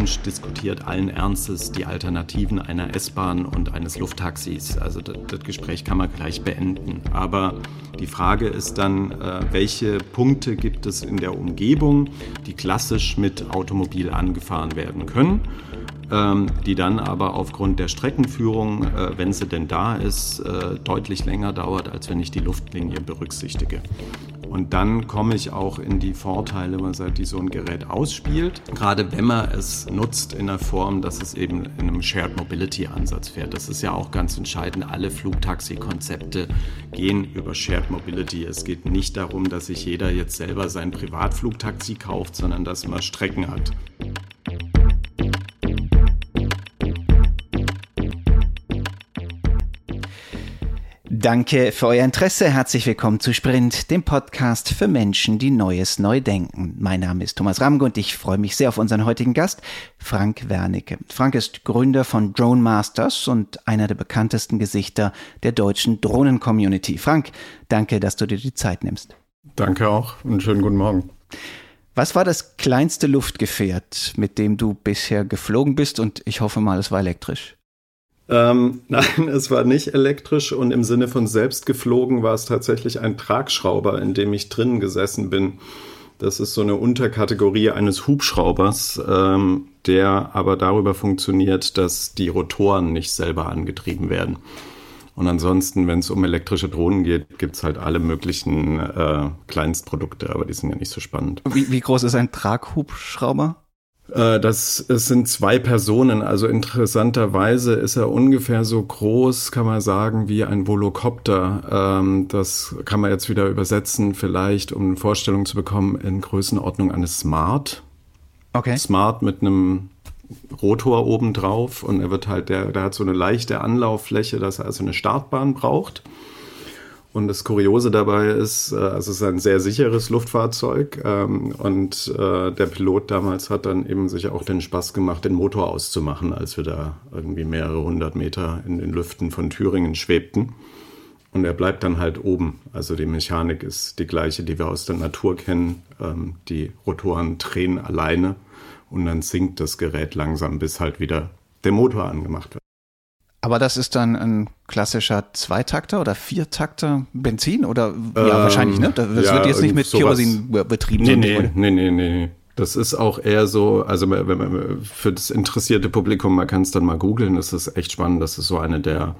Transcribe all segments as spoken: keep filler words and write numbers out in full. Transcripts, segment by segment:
Mensch diskutiert allen Ernstes die Alternativen einer S-Bahn und eines Lufttaxis. Also das, das Gespräch kann man gleich beenden. Aber die Frage ist dann, äh, welche Punkte gibt es in der Umgebung, die klassisch mit Automobil angefahren werden können, ähm, die dann aber aufgrund der Streckenführung, äh, wenn sie denn da ist, äh, deutlich länger dauert, als wenn ich die Luftlinie berücksichtige. Und dann komme ich auch in die Vorteile, die so ein Gerät ausspielt. Gerade wenn man es nutzt in der Form, dass es eben in einem Shared Mobility Ansatz fährt. Das ist ja auch ganz entscheidend. Alle Flugtaxi-Konzepte gehen über Shared Mobility. Es geht nicht darum, dass sich jeder jetzt selber sein Privatflugtaxi kauft, sondern dass man Strecken hat. Danke für euer Interesse. Herzlich willkommen zu Sprint, dem Podcast für Menschen, die Neues neu denken. Mein Name ist Thomas Ramge und ich freue mich sehr auf unseren heutigen Gast, Frank Wernicke. Frank ist Gründer von Drone Masters und einer der bekanntesten Gesichter der deutschen Drohnen-Community. Frank, danke, dass du dir die Zeit nimmst. Danke auch und schönen guten Morgen. Was war das kleinste Luftgefährt, mit dem du bisher geflogen bist? Und ich hoffe mal, es war elektrisch. Ähm, nein, es war nicht elektrisch und im Sinne von selbst geflogen war es tatsächlich ein Tragschrauber, in dem ich drin gesessen bin. Das ist so eine Unterkategorie eines Hubschraubers, ähm, der aber darüber funktioniert, dass die Rotoren nicht selber angetrieben werden. Und ansonsten, wenn es um elektrische Drohnen geht, gibt es halt alle möglichen äh, Kleinstprodukte, aber die sind ja nicht so spannend. Wie, wie groß ist ein Traghubschrauber? Das, es sind zwei Personen, also interessanterweise ist er ungefähr so groß, kann man sagen, wie ein Volocopter. Das kann man jetzt wieder übersetzen, vielleicht, um eine Vorstellung zu bekommen, in Größenordnung eines Smart. Okay. Smart mit einem Rotor oben drauf und er wird halt, der, der hat so eine leichte Anlauffläche, dass er also eine Startbahn braucht. Und das Kuriose dabei ist, also es ist ein sehr sicheres Luftfahrzeug ähm, und äh, der Pilot damals hat dann eben sich auch den Spaß gemacht, den Motor auszumachen, als wir da irgendwie mehrere hundert Meter in den Lüften von Thüringen schwebten. Und er bleibt dann halt oben. Also die Mechanik ist die gleiche, die wir aus der Natur kennen. Ähm, die Rotoren drehen alleine und dann sinkt das Gerät langsam, bis halt wieder der Motor angemacht wird. Aber das ist dann ein klassischer Zweitakter oder Viertakter Benzin? Oder ja, ähm, wahrscheinlich, ne? Das ja, wird jetzt nicht mit Kerosin betrieben. Nee, nee, nee, nee, nee. Das ist auch eher so, also wenn man, für das interessierte Publikum, man kann es dann mal googeln, das ist echt spannend. Das ist so eine der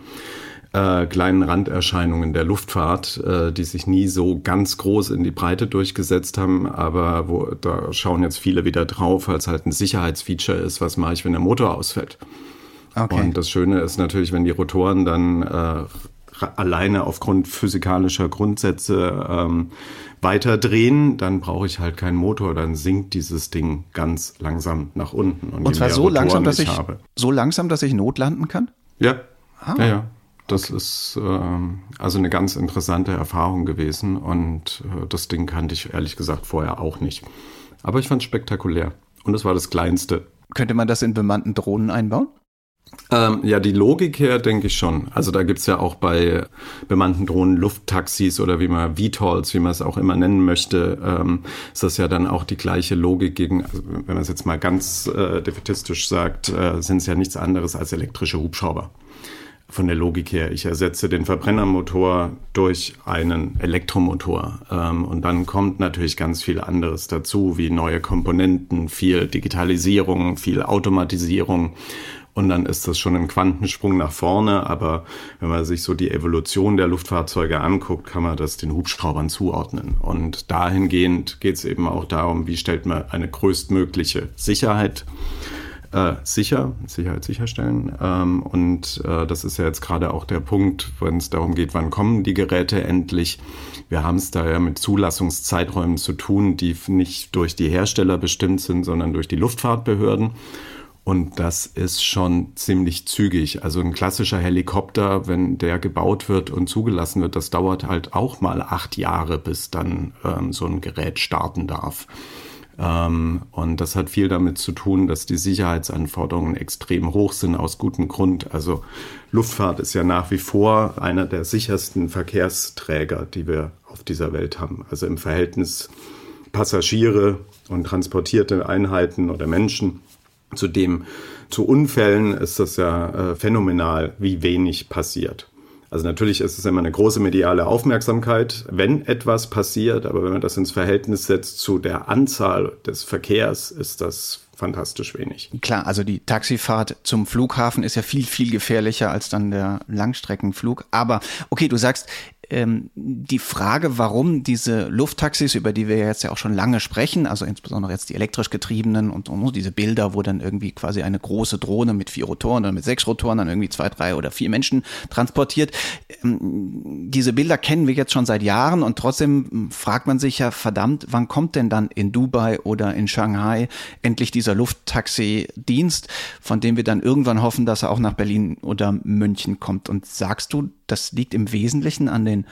äh, kleinen Randerscheinungen der Luftfahrt, äh, die sich nie so ganz groß in die Breite durchgesetzt haben. Aber wo, da schauen jetzt viele wieder drauf, weil es halt ein Sicherheitsfeature ist. Was mache ich, wenn der Motor ausfällt? Okay. Und das Schöne ist natürlich, wenn die Rotoren dann äh, alleine aufgrund physikalischer Grundsätze ähm, weiter drehen, dann brauche ich halt keinen Motor, dann sinkt dieses Ding ganz langsam nach unten. Und, Und zwar so Rotoren langsam, dass ich ich habe. so langsam, dass ich notlanden kann? Ja, ah. ja, ja. Das okay. ist ähm, also eine ganz interessante Erfahrung gewesen und äh, das Ding kannte ich ehrlich gesagt vorher auch nicht. Aber ich fand es spektakulär und es war das Kleinste. Könnte man das in bemannten Drohnen einbauen? Ähm, ja, die Logik her denke ich schon. Also da gibt's ja auch bei bemannten Drohnen Lufttaxis oder wie man V TOLs, wie man es auch immer nennen möchte, ähm, ist das ja dann auch die gleiche Logik gegen, also wenn man es jetzt mal ganz äh, defätistisch sagt, äh, sind es ja nichts anderes als elektrische Hubschrauber. Von der Logik her, ich ersetze den Verbrennermotor durch einen Elektromotor. Ähm, und dann kommt natürlich ganz viel anderes dazu, wie neue Komponenten, viel Digitalisierung, viel Automatisierung. Und dann ist das schon ein Quantensprung nach vorne. Aber wenn man sich so die Evolution der Luftfahrzeuge anguckt, kann man das den Hubschraubern zuordnen. Und dahingehend geht es eben auch darum, wie stellt man eine größtmögliche Sicherheit äh, sicher, Sicherheit sicherstellen. Ähm, und äh, das ist ja jetzt gerade auch der Punkt, wenn es darum geht, wann kommen die Geräte endlich. Wir haben es da ja mit Zulassungszeiträumen zu tun, die nicht durch die Hersteller bestimmt sind, sondern durch die Luftfahrtbehörden. Und das ist schon ziemlich zügig. Also ein klassischer Helikopter, wenn der gebaut wird und zugelassen wird, das dauert halt auch mal acht Jahre, bis dann ähm, so ein Gerät starten darf. Ähm, und das hat viel damit zu tun, dass die Sicherheitsanforderungen extrem hoch sind, aus gutem Grund. Also Luftfahrt ist ja nach wie vor einer der sichersten Verkehrsträger, die wir auf dieser Welt haben. Also im Verhältnis Passagiere und transportierte Einheiten oder Menschen Zudem zu Unfällen ist das ja äh, phänomenal, wie wenig passiert. Also natürlich ist es immer eine große mediale Aufmerksamkeit, wenn etwas passiert, aber wenn man das ins Verhältnis setzt zu der Anzahl des Verkehrs, ist das fantastisch wenig. Klar, also die Taxifahrt zum Flughafen ist ja viel, viel gefährlicher als dann der Langstreckenflug. Aber okay, du sagst, ähm, die Frage, warum diese Lufttaxis, über die wir jetzt ja auch schon lange sprechen, also insbesondere jetzt die elektrisch getriebenen und, und diese Bilder, wo dann irgendwie quasi eine große Drohne mit vier Rotoren oder mit sechs Rotoren dann irgendwie zwei, drei oder vier Menschen transportiert. Ähm, diese Bilder kennen wir jetzt schon seit Jahren und trotzdem fragt man sich ja, verdammt, wann kommt denn dann in Dubai oder in Shanghai endlich dieser Lufttaxi-Dienst, von dem wir dann irgendwann hoffen, dass er auch nach Berlin oder München kommt. Und sagst du, das liegt im Wesentlichen an den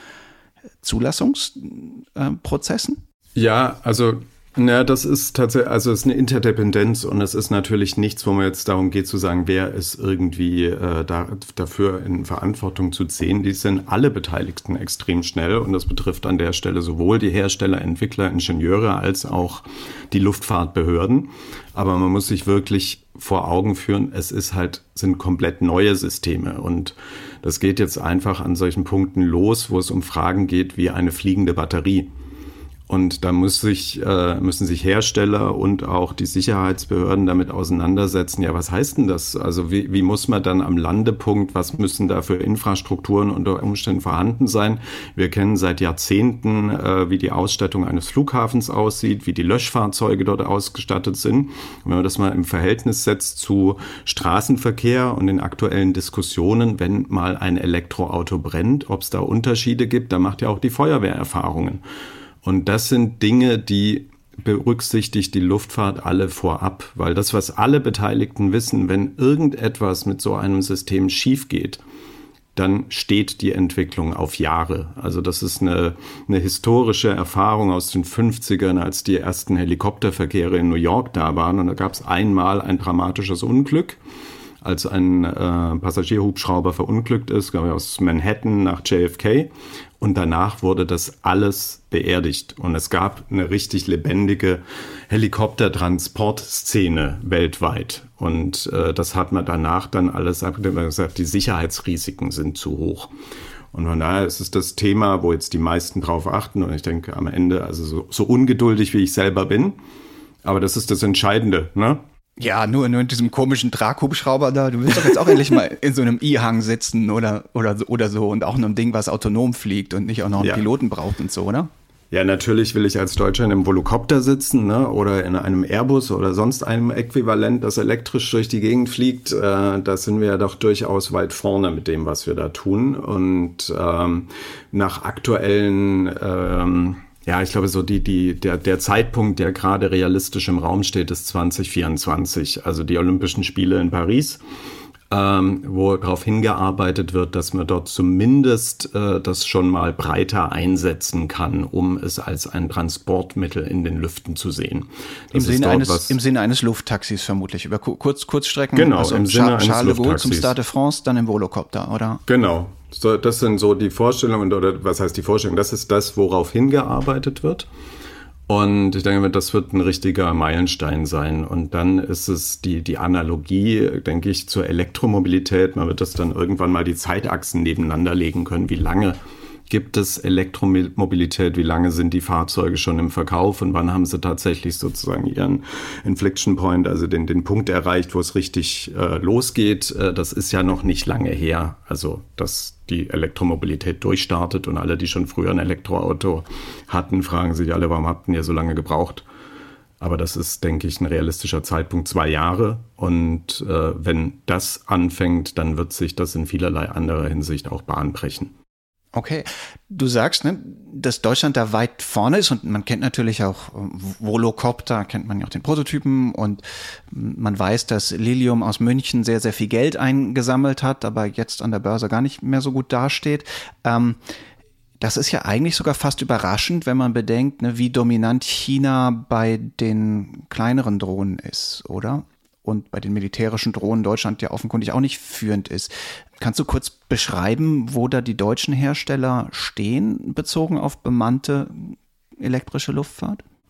Zulassungsprozessen? Ja, also na, das ist tatsächlich, also es ist eine Interdependenz und es ist natürlich nichts, wo man jetzt darum geht zu sagen, wer ist irgendwie äh, da, dafür in Verantwortung zu ziehen. Die sind alle Beteiligten extrem schnell und das betrifft an der Stelle sowohl die Hersteller, Entwickler, Ingenieure als auch die Luftfahrtbehörden. Aber man muss sich wirklich vor Augen führen, es ist halt, sind komplett neue Systeme und das geht jetzt einfach an solchen Punkten los, wo es um Fragen geht wie eine fliegende Batterie. Und da muss sich, äh, müssen sich Hersteller und auch die Sicherheitsbehörden damit auseinandersetzen. Ja, was heißt denn das? Also wie, wie muss man dann am Landepunkt, was müssen da für Infrastrukturen unter Umständen vorhanden sein? Wir kennen seit Jahrzehnten, äh, wie die Ausstattung eines Flughafens aussieht, wie die Löschfahrzeuge dort ausgestattet sind. Und wenn man das mal im Verhältnis setzt zu Straßenverkehr und den aktuellen Diskussionen, wenn mal ein Elektroauto brennt, ob es da Unterschiede gibt, da macht ja auch die Feuerwehr Erfahrungen. Und das sind Dinge, die berücksichtigt die Luftfahrt alle vorab, weil das, was alle Beteiligten wissen, wenn irgendetwas mit so einem System schief geht, dann steht die Entwicklung auf Jahre. Also das ist eine, eine historische Erfahrung aus den fünfzigern, als die ersten Helikopterverkehre in New York da waren. Und da gab es einmal ein dramatisches Unglück, als ein äh, Passagierhubschrauber verunglückt ist, glaube ich, aus Manhattan nach J F K. Und danach wurde das alles beerdigt. Und es gab eine richtig lebendige Helikoptertransportszene weltweit. Und äh, das hat man danach dann alles gesagt, die Sicherheitsrisiken sind zu hoch. Und von daher ist es das Thema, wo jetzt die meisten drauf achten. Und ich denke am Ende, also so, so ungeduldig, wie ich selber bin. Aber das ist das Entscheidende, ne? Ja, nur, nur in diesem komischen Traghubschrauber da. Du willst doch jetzt auch endlich mal in so einem I-Hang sitzen oder, oder, so, oder so und auch in einem Ding, was autonom fliegt und nicht auch noch einen ja. Piloten braucht und so, oder? Ja, natürlich will ich als Deutscher in einem Volocopter sitzen, ne? Oder in einem Airbus oder sonst einem Äquivalent, das elektrisch durch die Gegend fliegt. Äh, da sind wir ja doch durchaus weit vorne mit dem, was wir da tun. Und ähm, nach aktuellen... Ähm, Ja, ich glaube, so die, die, der, der Zeitpunkt, der gerade realistisch im Raum steht, ist zwanzig vierundzwanzig, also die Olympischen Spiele in Paris, ähm, wo darauf hingearbeitet wird, dass man dort zumindest äh, das schon mal breiter einsetzen kann, um es als ein Transportmittel in den Lüften zu sehen. Im Sinne, eines, Im Sinne eines Lufttaxis vermutlich, über Kurz, Kurzstrecken, genau, also im Sinne eines Charles de Gaulle Lufttaxis. Zum Stade de France, dann im Volocopter, oder? Genau. So, das sind so die Vorstellungen, oder was heißt die Vorstellung? Das ist das, worauf hingearbeitet wird. Und ich denke, das wird ein richtiger Meilenstein sein. Und dann ist es die, die Analogie, denke ich, zur Elektromobilität. Man wird das dann irgendwann mal die Zeitachsen nebeneinander legen können. Wie lange gibt es Elektromobilität? Wie lange sind die Fahrzeuge schon im Verkauf? Und wann haben sie tatsächlich sozusagen ihren Inflection Point, also den, den Punkt erreicht, wo es richtig äh, losgeht? Äh, das ist ja noch nicht lange her. Also, dass die Elektromobilität durchstartet und alle, die schon früher ein Elektroauto hatten, fragen sich alle, warum habt ihr so lange gebraucht? Aber das ist, denke ich, ein realistischer Zeitpunkt, zwei Jahre. Und äh, wenn das anfängt, dann wird sich das in vielerlei anderer Hinsicht auch Bahn brechen. Okay, du sagst, ne, dass Deutschland da weit vorne ist und man kennt natürlich auch Volocopter, kennt man ja auch den Prototypen und man weiß, dass Lilium aus München sehr, sehr viel Geld eingesammelt hat, aber jetzt an der Börse gar nicht mehr so gut dasteht. Ähm, das ist ja eigentlich sogar fast überraschend, wenn man bedenkt, ne, wie dominant China bei den kleineren Drohnen ist, oder? Und bei den militärischen Drohnen Deutschland ja offenkundig auch nicht führend ist. Kannst du kurz beschreiben, wo da die deutschen Hersteller stehen, bezogen auf bemannte elektrische Luftfahrt?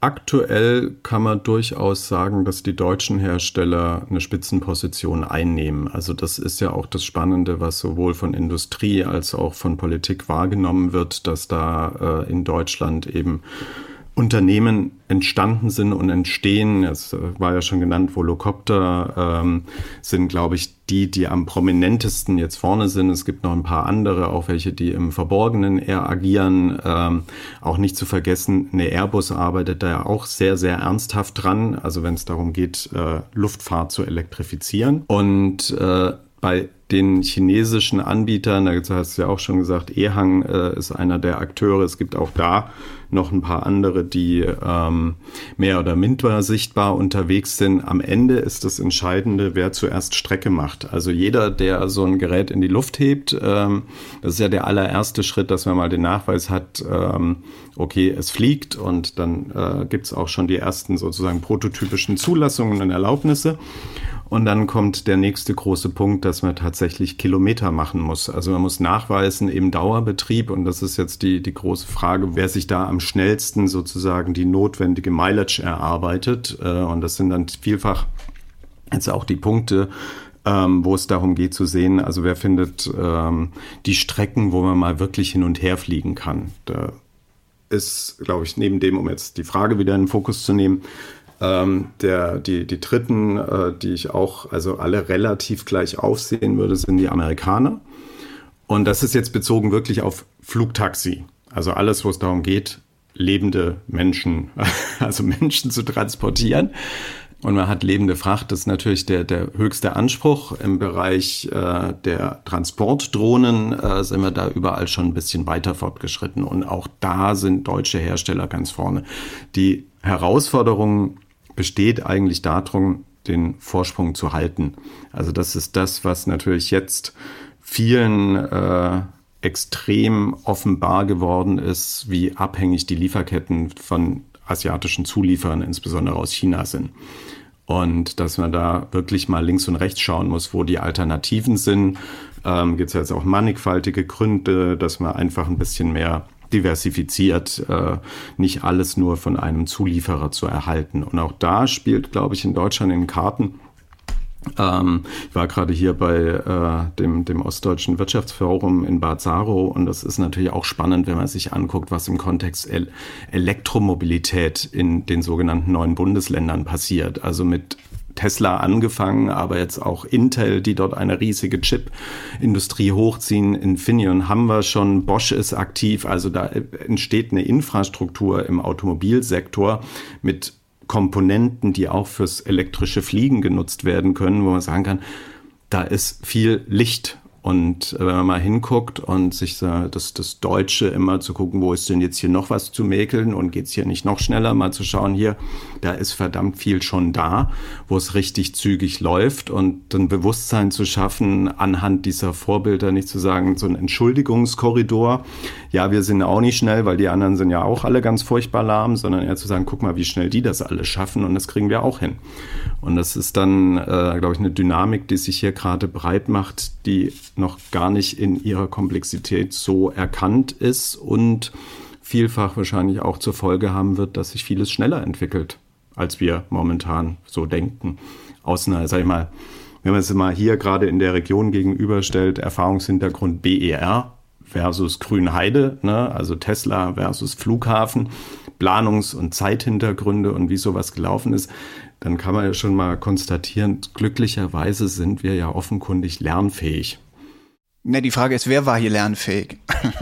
Aktuell kann man durchaus sagen, dass die deutschen Hersteller eine Spitzenposition einnehmen. Also das ist ja auch das Spannende, was sowohl von Industrie als auch von Politik wahrgenommen wird, dass da äh, in Deutschland eben Unternehmen entstanden sind und entstehen. Es war ja schon genannt, Volocopter ähm, sind, glaube ich, die, die am prominentesten jetzt vorne sind. Es gibt noch ein paar andere, auch welche, die im Verborgenen eher agieren. Ähm, auch nicht zu vergessen, eine Airbus arbeitet da ja auch sehr, sehr ernsthaft dran. Also wenn es darum geht, äh, Luftfahrt zu elektrifizieren. Und äh, bei den chinesischen Anbietern, da hast du ja auch schon gesagt, Ehang äh, ist einer der Akteure. Es gibt auch da noch ein paar andere, die ähm, mehr oder minder sichtbar unterwegs sind. Am Ende ist das Entscheidende, wer zuerst Strecke macht. Also jeder, der so ein Gerät in die Luft hebt, ähm, das ist ja der allererste Schritt, dass man mal den Nachweis hat, ähm, okay, es fliegt, und dann äh, gibt es auch schon die ersten sozusagen prototypischen Zulassungen und Erlaubnisse. Und dann kommt der nächste große Punkt, dass man tatsächlich Kilometer machen muss. Also man muss nachweisen im Dauerbetrieb, und das ist jetzt die, die große Frage, wer sich da am schnellsten sozusagen die notwendige Mileage erarbeitet. Und das sind dann vielfach jetzt auch die Punkte, ähm, wo es darum geht zu sehen, also wer findet ähm, die Strecken, wo man mal wirklich hin und her fliegen kann. Da ist, glaube ich, neben dem, um jetzt die Frage wieder in den Fokus zu nehmen, Ähm, der, die, die dritten, äh, die ich auch, also alle relativ gleich aufsehen würde, sind die Amerikaner. Und das ist jetzt bezogen wirklich auf Flugtaxi. Also alles, wo es darum geht, lebende Menschen, also Menschen zu transportieren. Und man hat lebende Fracht, das ist natürlich der, der höchste Anspruch. Im Bereich äh, der Transportdrohnen äh, sind wir da überall schon ein bisschen weiter fortgeschritten. Und auch da sind deutsche Hersteller ganz vorne. Die Herausforderung besteht eigentlich darum, den Vorsprung zu halten. Also das ist das, was natürlich jetzt vielen äh, extrem offenbar geworden ist, wie abhängig die Lieferketten von asiatischen Zulieferern, insbesondere aus China, sind. Und dass man da wirklich mal links und rechts schauen muss, wo die Alternativen sind. Ähm, gibt es jetzt auch mannigfaltige Gründe, dass man einfach ein bisschen mehr diversifiziert, äh, nicht alles nur von einem Zulieferer zu erhalten. Und auch da spielt, glaube ich, in Deutschland in den Karten. Ähm, ich war gerade hier bei äh, dem, dem Ostdeutschen Wirtschaftsforum in Bad Saro, und das ist natürlich auch spannend, wenn man sich anguckt, was im Kontext El- Elektromobilität in den sogenannten neuen Bundesländern passiert. Also mit Tesla angefangen, aber jetzt auch Intel, die dort eine riesige Chip-Industrie hochziehen. Infineon haben wir schon, Bosch ist aktiv. Also da entsteht eine Infrastruktur im Automobilsektor mit Komponenten, die auch fürs elektrische Fliegen genutzt werden können, wo man sagen kann, da ist viel Licht. Und wenn man mal hinguckt und sich das, das Deutsche immer zu gucken, wo ist denn jetzt hier noch was zu mäkeln und geht's hier nicht noch schneller, mal zu schauen, hier, da ist verdammt viel schon da, wo es richtig zügig läuft, und ein Bewusstsein zu schaffen, anhand dieser Vorbilder nicht zu sagen, so ein Entschuldigungskorridor, ja, wir sind auch nicht schnell, weil die anderen sind ja auch alle ganz furchtbar lahm, sondern eher zu sagen, guck mal, wie schnell die das alles schaffen, und das kriegen wir auch hin. Und das ist dann, äh, glaube ich, eine Dynamik, die sich hier gerade breit macht, die noch gar nicht in ihrer Komplexität so erkannt ist und vielfach wahrscheinlich auch zur Folge haben wird, dass sich vieles schneller entwickelt, als wir momentan so denken. Aus einer, sag ich mal, wenn man es mal hier gerade in der Region gegenüberstellt, Erfahrungshintergrund B E R versus Grünheide, ne? Also Tesla versus Flughafen, Planungs- und Zeithintergründe und wie sowas gelaufen ist, dann kann man ja schon mal konstatieren, glücklicherweise sind wir ja offenkundig lernfähig. Ne, die Frage ist, wer war hier lernfähig?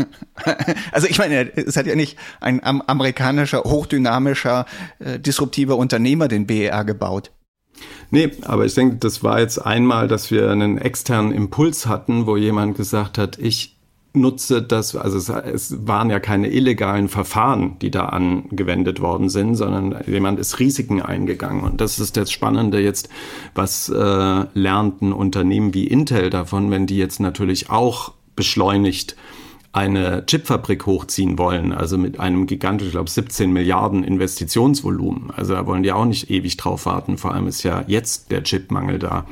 Also ich meine, es hat ja nicht ein amerikanischer, hochdynamischer, äh, disruptiver Unternehmer den B E R gebaut. Nee, aber ich denke, das war jetzt einmal, dass wir einen externen Impuls hatten, wo jemand gesagt hat, ich nutze das, also es, es waren ja keine illegalen Verfahren, die da angewendet worden sind, sondern jemand ist Risiken eingegangen. Und das ist das Spannende jetzt, was äh, lernt ein Unternehmen wie Intel davon, wenn die jetzt natürlich auch beschleunigt eine Chipfabrik hochziehen wollen, also mit einem gigantischen, ich glaube, siebzehn Milliarden Investitionsvolumen. Also da wollen die auch nicht ewig drauf warten. Vor allem ist ja jetzt der Chipmangel da.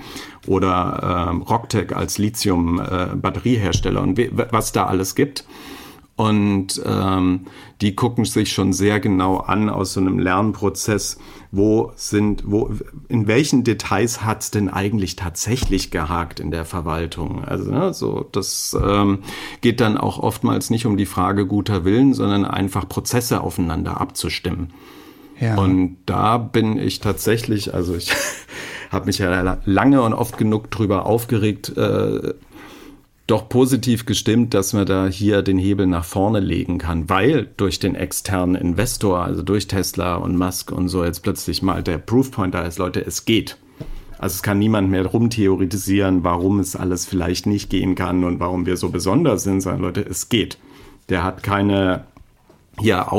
Oder äh, Rocktech als Lithium-Batteriehersteller äh, und we- was da alles gibt. Und ähm, die gucken sich schon sehr genau an aus so einem Lernprozess, wo sind, wo, in welchen Details hat's denn eigentlich tatsächlich gehakt in der Verwaltung? Also ne, so das ähm, geht dann auch oftmals nicht um die Frage guter Willen, sondern einfach Prozesse aufeinander abzustimmen. Ja. Und da bin ich tatsächlich, also ich habe mich ja lange und oft genug drüber aufgeregt, äh, doch positiv gestimmt, dass man da hier den Hebel nach vorne legen kann, weil durch den externen Investor, also durch Tesla und Musk und so jetzt plötzlich mal der Proofpoint da ist, Leute, es geht. Also es kann niemand mehr rumtheoretisieren, warum es alles vielleicht nicht gehen kann und warum wir so besonders sind, sondern Leute, es geht. Der hat keine ja,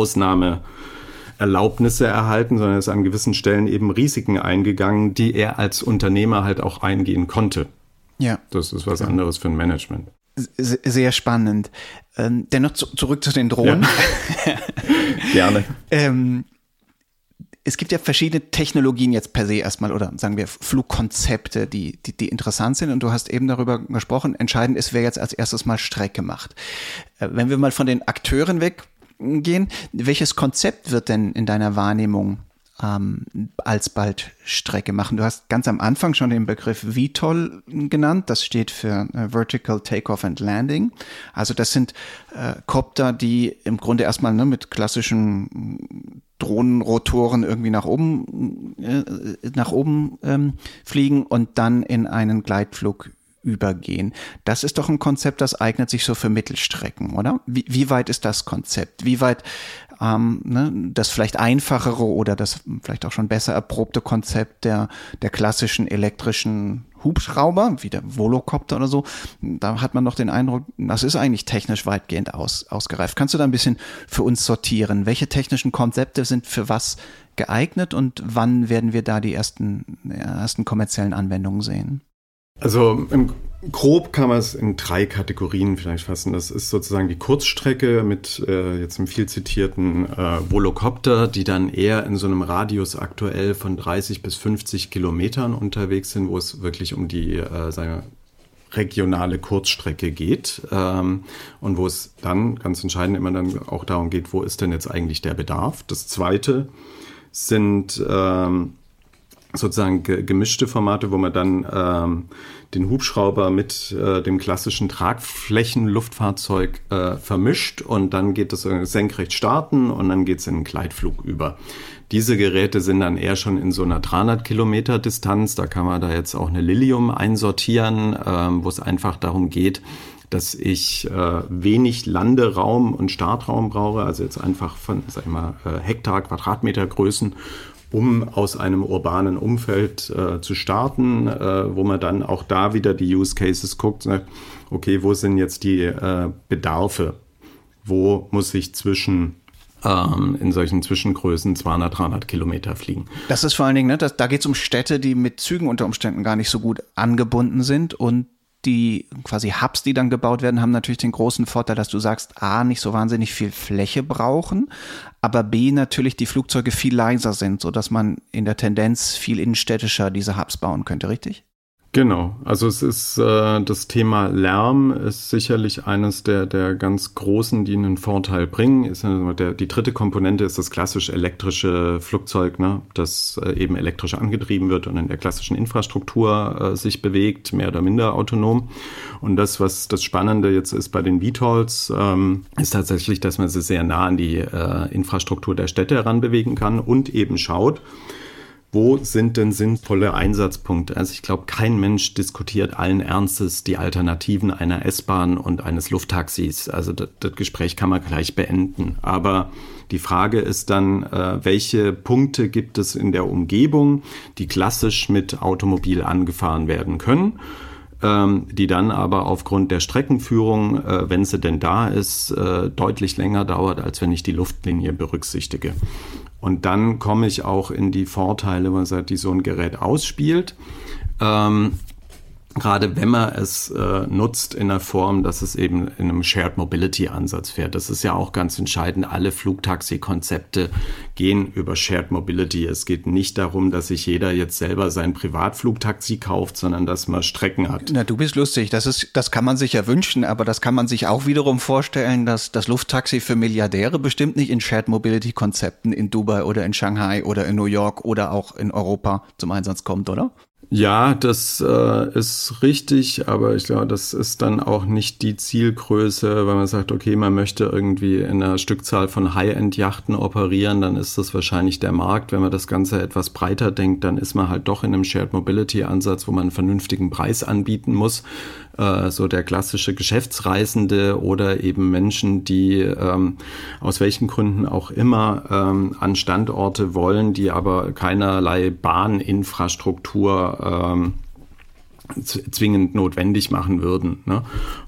Ausnahmeerlaubnisse erhalten, sondern ist an gewissen Stellen eben Risiken eingegangen, die er als Unternehmer halt auch eingehen konnte. Ja. Das ist was anderes für ein Management. Sehr spannend. Ähm, dennoch zu, zurück zu den Drohnen. Ja. Gerne. ähm, es gibt ja verschiedene Technologien jetzt per se erstmal oder sagen wir Flugkonzepte, die, die, die interessant sind. Und du hast eben darüber gesprochen, entscheidend ist, wer jetzt als erstes mal Strecke macht. Äh, wenn wir mal von den Akteuren weggehen, welches Konzept wird denn in deiner Wahrnehmung Ähm, alsbald Strecke machen? Du hast ganz am Anfang schon den Begriff V T O L genannt. Das steht für äh, Vertical Takeoff and Landing. Also das sind äh, Copter, die im Grunde erstmal ne, mit klassischen Drohnenrotoren irgendwie nach oben äh, nach oben ähm, fliegen und dann in einen Gleitflug übergehen. Das ist doch ein Konzept, das eignet sich so für Mittelstrecken, oder? Wie, wie weit ist das Konzept? Wie weit ähm, ne, das vielleicht einfachere oder das vielleicht auch schon besser erprobte Konzept der, der klassischen elektrischen Hubschrauber, wie der Volocopter oder so, da hat man noch den Eindruck, das ist eigentlich technisch weitgehend aus, ausgereift. Kannst du da ein bisschen für uns sortieren? Welche technischen Konzepte sind für was geeignet und wann werden wir da die ersten, ersten kommerziellen Anwendungen sehen? Also im grob kann man es in drei Kategorien vielleicht fassen. Das ist sozusagen die Kurzstrecke mit äh, jetzt einem viel zitierten äh, Volocopter, die dann eher in so einem Radius aktuell von dreißig bis fünfzig Kilometern unterwegs sind, wo es wirklich um die äh, sagen wir, regionale Kurzstrecke geht ähm, und wo es dann ganz entscheidend immer dann auch darum geht, wo ist denn jetzt eigentlich der Bedarf. Das zweite sind ähm, sozusagen ge- gemischte Formate, wo man dann ähm, den Hubschrauber mit äh, dem klassischen Tragflächenluftfahrzeug äh, vermischt und dann geht es senkrecht starten und dann geht es in einen Gleitflug über. Diese Geräte sind dann eher schon in so einer dreihundert Kilometer Distanz, da kann man da jetzt auch eine Lilium einsortieren, ähm, wo es einfach darum geht, dass ich äh, wenig Landeraum und Startraum brauche, also jetzt einfach von, sag ich mal, äh, Hektar, Quadratmeter Größen, um aus einem urbanen Umfeld äh, zu starten, äh, wo man dann auch da wieder die Use Cases guckt, sagt, okay, wo sind jetzt die äh, Bedarfe? Wo muss ich zwischen ähm, in solchen Zwischengrößen zweihundert, dreihundert Kilometer fliegen? Das ist vor allen Dingen, ne, das, da geht es um Städte, die mit Zügen unter Umständen gar nicht so gut angebunden sind und die quasi Hubs, die dann gebaut werden, haben natürlich den großen Vorteil, dass du sagst, A, nicht so wahnsinnig viel Fläche brauchen, aber B, natürlich die Flugzeuge viel leiser sind, sodass man in der Tendenz viel innenstädtischer diese Hubs bauen könnte, richtig? Genau, also es ist äh, das Thema Lärm ist sicherlich eines der der ganz großen, die einen Vorteil bringen. Ist, äh, der, die dritte Komponente ist das klassisch elektrische Flugzeug, ne, das äh, eben elektrisch angetrieben wird und in der klassischen Infrastruktur äh, sich bewegt, mehr oder minder autonom. Und das, was das Spannende jetzt ist bei den V T O Ls, ähm, ist tatsächlich, dass man sie sehr nah an die äh, Infrastruktur der Städte heranbewegen kann und eben schaut, wo sind denn sinnvolle Einsatzpunkte? Also ich glaube, kein Mensch diskutiert allen Ernstes die Alternativen einer S-Bahn und eines Lufttaxis. Also das, das Gespräch kann man gleich beenden. Aber die Frage ist dann, äh, welche Punkte gibt es in der Umgebung, die klassisch mit Automobil angefahren werden können, ähm, die dann aber aufgrund der Streckenführung, äh, wenn sie denn da ist, äh, deutlich länger dauert, als wenn ich die Luftlinie berücksichtige. Und dann komme ich auch in die Vorteile, die so ein Gerät ausspielt. Ähm, Gerade wenn man es äh, nutzt in einer Form, dass es eben in einem Shared Mobility Ansatz fährt. Das ist ja auch ganz entscheidend. Alle Flugtaxi-Konzepte gehen über Shared Mobility. Es geht nicht darum, dass sich jeder jetzt selber sein Privatflugtaxi kauft, sondern dass man Strecken hat. Na, du bist lustig. Das ist, das kann man sich ja wünschen, aber das kann man sich auch wiederum vorstellen, dass das Lufttaxi für Milliardäre bestimmt nicht in Shared Mobility Konzepten in Dubai oder in Shanghai oder in New York oder auch in Europa zum Einsatz kommt, oder? Ja, das äh, ist richtig, aber ich glaube, das ist dann auch nicht die Zielgröße, wenn man sagt, okay, man möchte irgendwie in einer Stückzahl von High-End-Yachten operieren, dann ist das wahrscheinlich der Markt. Wenn man das Ganze etwas breiter denkt, dann ist man halt doch in einem Shared-Mobility-Ansatz, wo man einen vernünftigen Preis anbieten muss. Äh, so der klassische Geschäftsreisende oder eben Menschen, die ähm, aus welchen Gründen auch immer ähm, an Standorte wollen, die aber keinerlei Bahninfrastruktur ähm, zwingend notwendig machen würden. Ne?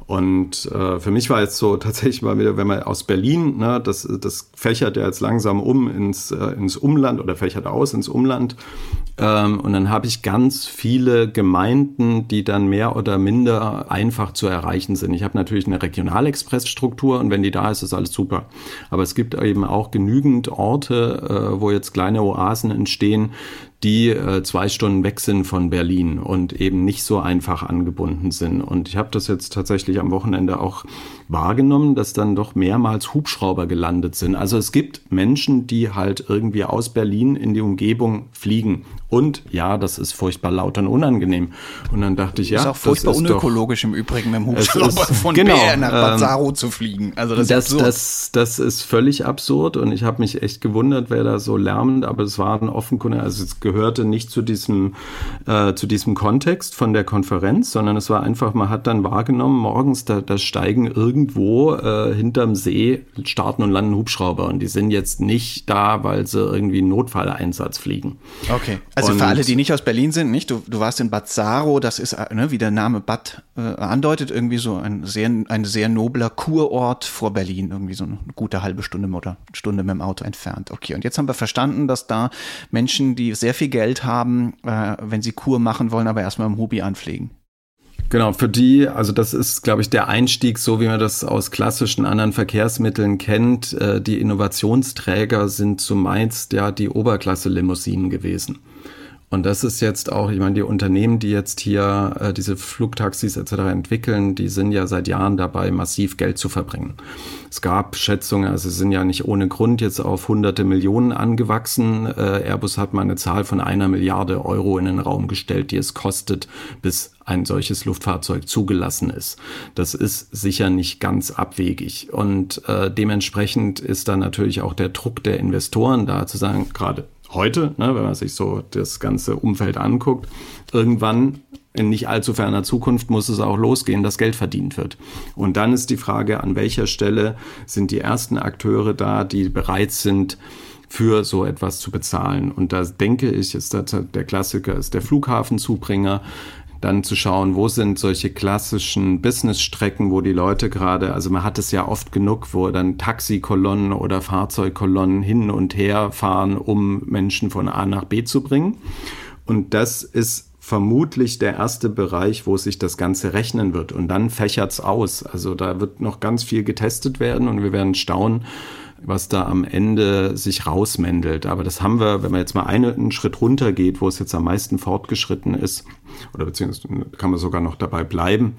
Und äh, für mich war jetzt so tatsächlich mal wieder, wenn man aus Berlin, ne, das, das fächert ja jetzt langsam um ins, äh, ins Umland oder fächert aus ins Umland. Ähm, und dann habe ich ganz viele Gemeinden, die dann mehr oder minder einfach zu erreichen sind. Ich habe natürlich eine Regionalexpressstruktur und wenn die da ist, ist alles super. Aber es gibt eben auch genügend Orte, äh, wo jetzt kleine Oasen entstehen, die äh, zwei Stunden weg sind von Berlin und eben nicht so einfach angebunden sind. Und ich habe das jetzt tatsächlich am Wochenende auch wahrgenommen, dass dann doch mehrmals Hubschrauber gelandet sind. Also es gibt Menschen, die halt irgendwie aus Berlin in die Umgebung fliegen. Und ja, das ist furchtbar laut und unangenehm. Und dann dachte ich, ja, das ist auch furchtbar das ist unökologisch doch, im Übrigen mit dem Hubschrauber ist, von genau, Bär nach Bazzaro ähm, zu fliegen. Also das, das, ist absurd. das, das ist völlig absurd und ich habe mich echt gewundert, wer da so lärmt, aber es waren offenkundig, also es gehörte nicht zu diesem, äh, zu diesem Kontext von der Konferenz, sondern es war einfach, man hat dann wahrgenommen, morgens, da, da steigen irgendwo äh, hinterm See, starten und landen Hubschrauber und die sind jetzt nicht da, weil sie irgendwie einen Notfalleinsatz fliegen. Okay, also und für alle, die nicht aus Berlin sind, nicht? Du, du warst in Bazzaro, das ist, ne, wie der Name Bad äh, andeutet, irgendwie so ein sehr, ein sehr nobler Kurort vor Berlin, irgendwie so eine gute halbe Stunde oder Stunde mit dem Auto entfernt. Okay, und jetzt haben wir verstanden, dass da Menschen, die sehr viel Geld haben, äh, wenn sie Kur machen wollen, aber erstmal im Hubi anfliegen. Genau, für die, also das ist, glaube ich, der Einstieg, so wie man das aus klassischen anderen Verkehrsmitteln kennt. Äh, die Innovationsträger sind zumeist ja die Oberklasse-Limousinen gewesen. Und das ist jetzt auch, ich meine, die Unternehmen, die jetzt hier äh, diese Flugtaxis et cetera entwickeln, die sind ja seit Jahren dabei, massiv Geld zu verbringen. Es gab Schätzungen, also sie sind ja nicht ohne Grund jetzt auf hunderte Millionen angewachsen. Äh, Airbus hat mal eine Zahl von einer Milliarde Euro in den Raum gestellt, die es kostet, bis ein solches Luftfahrzeug zugelassen ist. Das ist sicher nicht ganz abwegig. Und äh, dementsprechend ist dann natürlich auch der Druck der Investoren da zu sagen, gerade heute, ne, wenn man sich so das ganze Umfeld anguckt, irgendwann in nicht allzu ferner Zukunft muss es auch losgehen, dass Geld verdient wird. Und dann ist die Frage, an welcher Stelle sind die ersten Akteure da, die bereit sind, für so etwas zu bezahlen. Und da denke ich, ist das der Klassiker, ist der Flughafenzubringer. Dann zu schauen, wo sind solche klassischen Businessstrecken, wo die Leute gerade, also man hat es ja oft genug, wo dann Taxikolonnen oder Fahrzeugkolonnen hin und her fahren, um Menschen von A nach B zu bringen. Und das ist vermutlich der erste Bereich, wo sich das Ganze rechnen wird. Und dann fächert's aus. Also da wird noch ganz viel getestet werden und wir werden staunen, was da am Ende sich rausmändelt. Aber das haben wir, wenn man jetzt mal einen Schritt runter geht, wo es jetzt am meisten fortgeschritten ist, oder beziehungsweise kann man sogar noch dabei bleiben,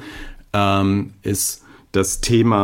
ähm, ist das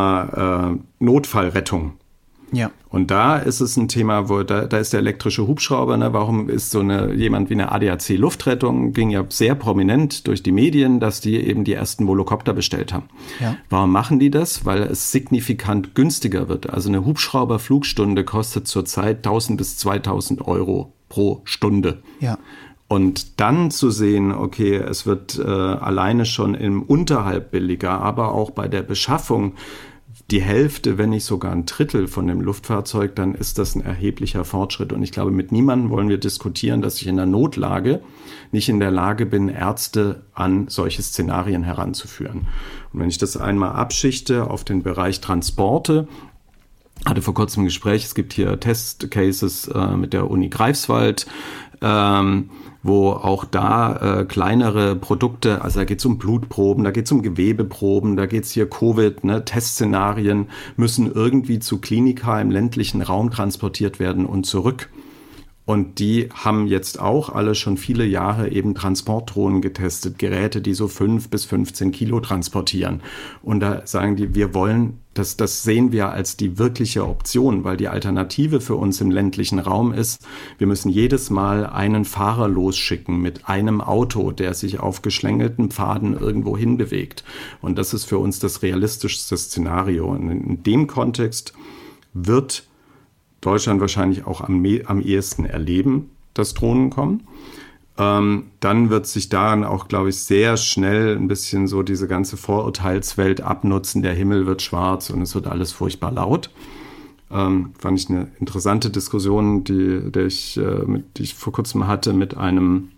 Thema äh, Notfallrettung. Ja. Und da ist es ein Thema, wo da, da ist der elektrische Hubschrauber, ne? Warum ist so eine jemand wie eine A D A C Luftrettung, ging ja sehr prominent durch die Medien, dass die eben die ersten Volocopter bestellt haben. Ja. Warum machen die das? Weil es signifikant günstiger wird. Also eine Hubschrauberflugstunde kostet zurzeit tausend bis zweitausend Euro pro Stunde. Ja. Und dann zu sehen, okay, es wird äh, alleine schon im Unterhalt billiger, aber auch bei der Beschaffung die Hälfte, wenn nicht sogar ein Drittel von dem Luftfahrzeug, dann ist das ein erheblicher Fortschritt. Und ich glaube, mit niemandem wollen wir diskutieren, dass ich in der Notlage nicht in der Lage bin, Ärzte an solche Szenarien heranzuführen. Und wenn ich das einmal abschichte auf den Bereich Transporte, hatte vor kurzem ein Gespräch, es gibt hier Testcases äh, mit der Uni Greifswald, ähm, wo auch da äh, kleinere Produkte, also da geht es um Blutproben, da geht es um Gewebeproben, da geht es hier Covid, ne, Testszenarien müssen irgendwie zu Klinika im ländlichen Raum transportiert werden und zurück. Und die haben jetzt auch alle schon viele Jahre eben Transportdrohnen getestet, Geräte, die so fünf bis fünfzehn Kilo transportieren. Und da sagen die, wir wollen, das, das sehen wir als die wirkliche Option, weil die Alternative für uns im ländlichen Raum ist, wir müssen jedes Mal einen Fahrer losschicken mit einem Auto, der sich auf geschlängelten Pfaden irgendwo hinbewegt. Und das ist für uns das realistischste Szenario. Und in dem Kontext wird Deutschland wahrscheinlich auch am, am ehesten erleben, dass Drohnen kommen. Ähm, dann wird sich daran auch, glaube ich, sehr schnell ein bisschen so diese ganze Vorurteilswelt abnutzen. Der Himmel wird schwarz und es wird alles furchtbar laut. Ähm, fand ich eine interessante Diskussion, die, die, ich, äh, mit, die ich vor kurzem hatte mit einem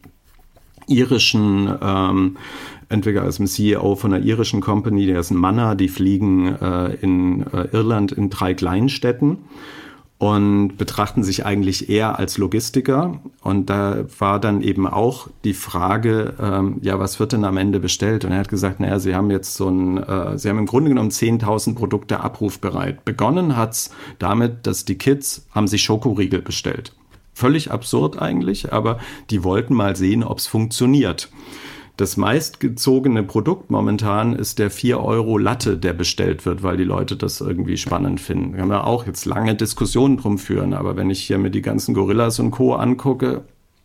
irischen ähm, Entwickler, also einem C E O von einer irischen Company, der ist ein Manner, die fliegen äh, in äh, Irland in drei Kleinstädten und betrachten sich eigentlich eher als Logistiker. Und da war dann eben auch die Frage, ähm, ja, was wird denn am Ende bestellt? Und er hat gesagt, naja, sie haben jetzt so ein, äh, sie haben im Grunde genommen zehntausend Produkte abrufbereit. Begonnen hat's damit, dass die Kids haben sich Schokoriegel bestellt. Völlig absurd eigentlich, aber die wollten mal sehen, ob es funktioniert. Das meistgezogene Produkt momentan ist der vier Euro Latte, der bestellt wird, weil die Leute das irgendwie spannend finden. Da kann man auch jetzt lange Diskussionen drum führen, aber wenn ich hier mir die ganzen Gorillas und Co. angucke,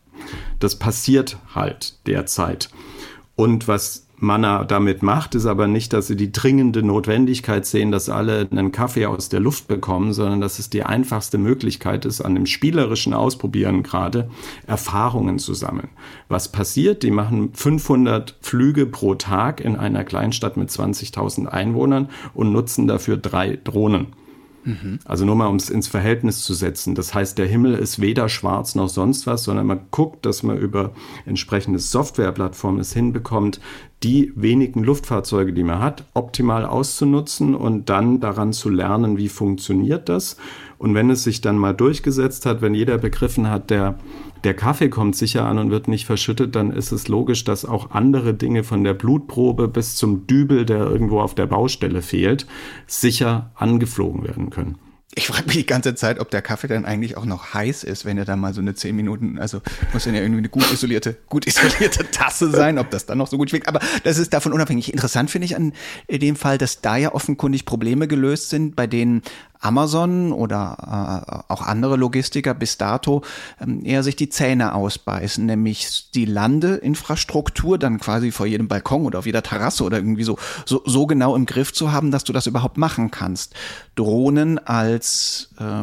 das passiert halt derzeit. Und was Manner damit macht, ist aber nicht, dass sie die dringende Notwendigkeit sehen, dass alle einen Kaffee aus der Luft bekommen, sondern dass es die einfachste Möglichkeit ist, an dem spielerischen Ausprobieren gerade Erfahrungen zu sammeln. Was passiert? Die machen fünfhundert Flüge pro Tag in einer Kleinstadt mit zwanzigtausend Einwohnern und nutzen dafür drei Drohnen. Also nur mal, um es ins Verhältnis zu setzen. Das heißt, der Himmel ist weder schwarz noch sonst was, sondern man guckt, dass man über entsprechende Softwareplattformen es hinbekommt, die wenigen Luftfahrzeuge, die man hat, optimal auszunutzen und dann daran zu lernen, wie funktioniert das. Und wenn es sich dann mal durchgesetzt hat, wenn jeder begriffen hat, der, der Kaffee kommt sicher an und wird nicht verschüttet, dann ist es logisch, dass auch andere Dinge von der Blutprobe bis zum Dübel, der irgendwo auf der Baustelle fehlt, sicher angeflogen werden können. Ich frage mich die ganze Zeit, ob der Kaffee dann eigentlich auch noch heiß ist, wenn er da mal so eine zehn Minuten, also muss dann ja irgendwie eine gut isolierte, gut isolierte Tasse sein, ob das dann noch so gut schmeckt. Aber das ist davon unabhängig. Interessant finde ich an dem Fall, dass da ja offenkundig Probleme gelöst sind, bei denen Amazon oder äh, auch andere Logistiker bis dato ähm, eher sich die Zähne ausbeißen, nämlich die Landeinfrastruktur dann quasi vor jedem Balkon oder auf jeder Terrasse oder irgendwie so, so, so genau im Griff zu haben, dass du das überhaupt machen kannst. Drohnen als äh,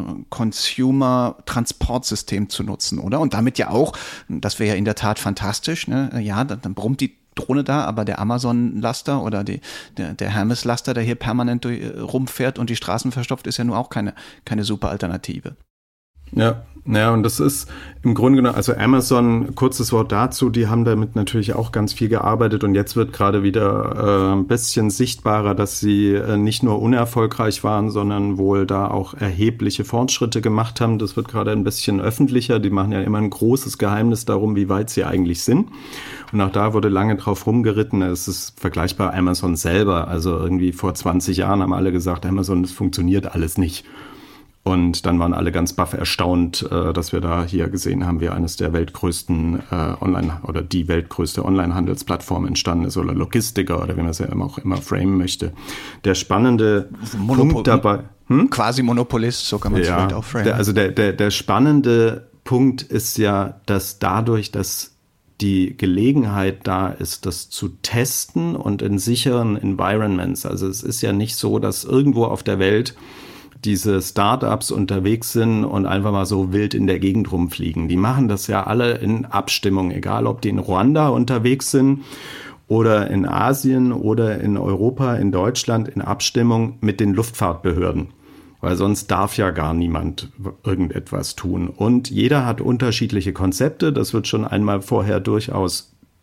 Consumer-Transportsystem zu nutzen, oder? Und damit ja auch, das wäre ja in der Tat fantastisch, ne? Ja, dann, dann brummt die Drohne da, aber der Amazon-Laster oder die, der, der Hermes-Laster, der hier permanent durch, rumfährt und die Straßen verstopft, ist ja nun auch keine, keine super Alternative. Ja, ja, und das ist im Grunde genommen, also Amazon, kurzes Wort dazu, die haben damit natürlich auch ganz viel gearbeitet und jetzt wird gerade wieder äh, ein bisschen sichtbarer, dass sie äh, nicht nur unerfolgreich waren, sondern wohl da auch erhebliche Fortschritte gemacht haben. Das wird gerade ein bisschen öffentlicher. Die machen ja immer ein großes Geheimnis darum, wie weit sie eigentlich sind. Und auch da wurde lange drauf rumgeritten. Es ist vergleichbar Amazon selber. Also irgendwie vor zwanzig Jahren haben alle gesagt, Amazon, das funktioniert alles nicht. Und dann waren alle ganz baff erstaunt, äh, dass wir da hier gesehen haben, wie eines der weltgrößten äh, Online- oder die weltgrößte Online-Handelsplattform entstanden ist oder Logistiker oder wie man es ja auch immer framen möchte. Der spannende Monopol- Punkt dabei... Hm? Quasi Monopolist, so kann man es ja, vielleicht auch framen. Der, also der, der, der spannende Punkt ist ja, dass dadurch, dass die Gelegenheit da ist, das zu testen und in sicheren Environments, also es ist ja nicht so, dass irgendwo auf der Welt diese Startups unterwegs sind und einfach mal so wild in der Gegend rumfliegen. Die machen das ja alle in Abstimmung, egal ob die in Ruanda unterwegs sind oder in Asien oder in Europa, in Deutschland, in Abstimmung mit den Luftfahrtbehörden. Weil sonst darf ja gar niemand irgendetwas tun. Und jeder hat unterschiedliche Konzepte. Das wird schon einmal vorher durchaus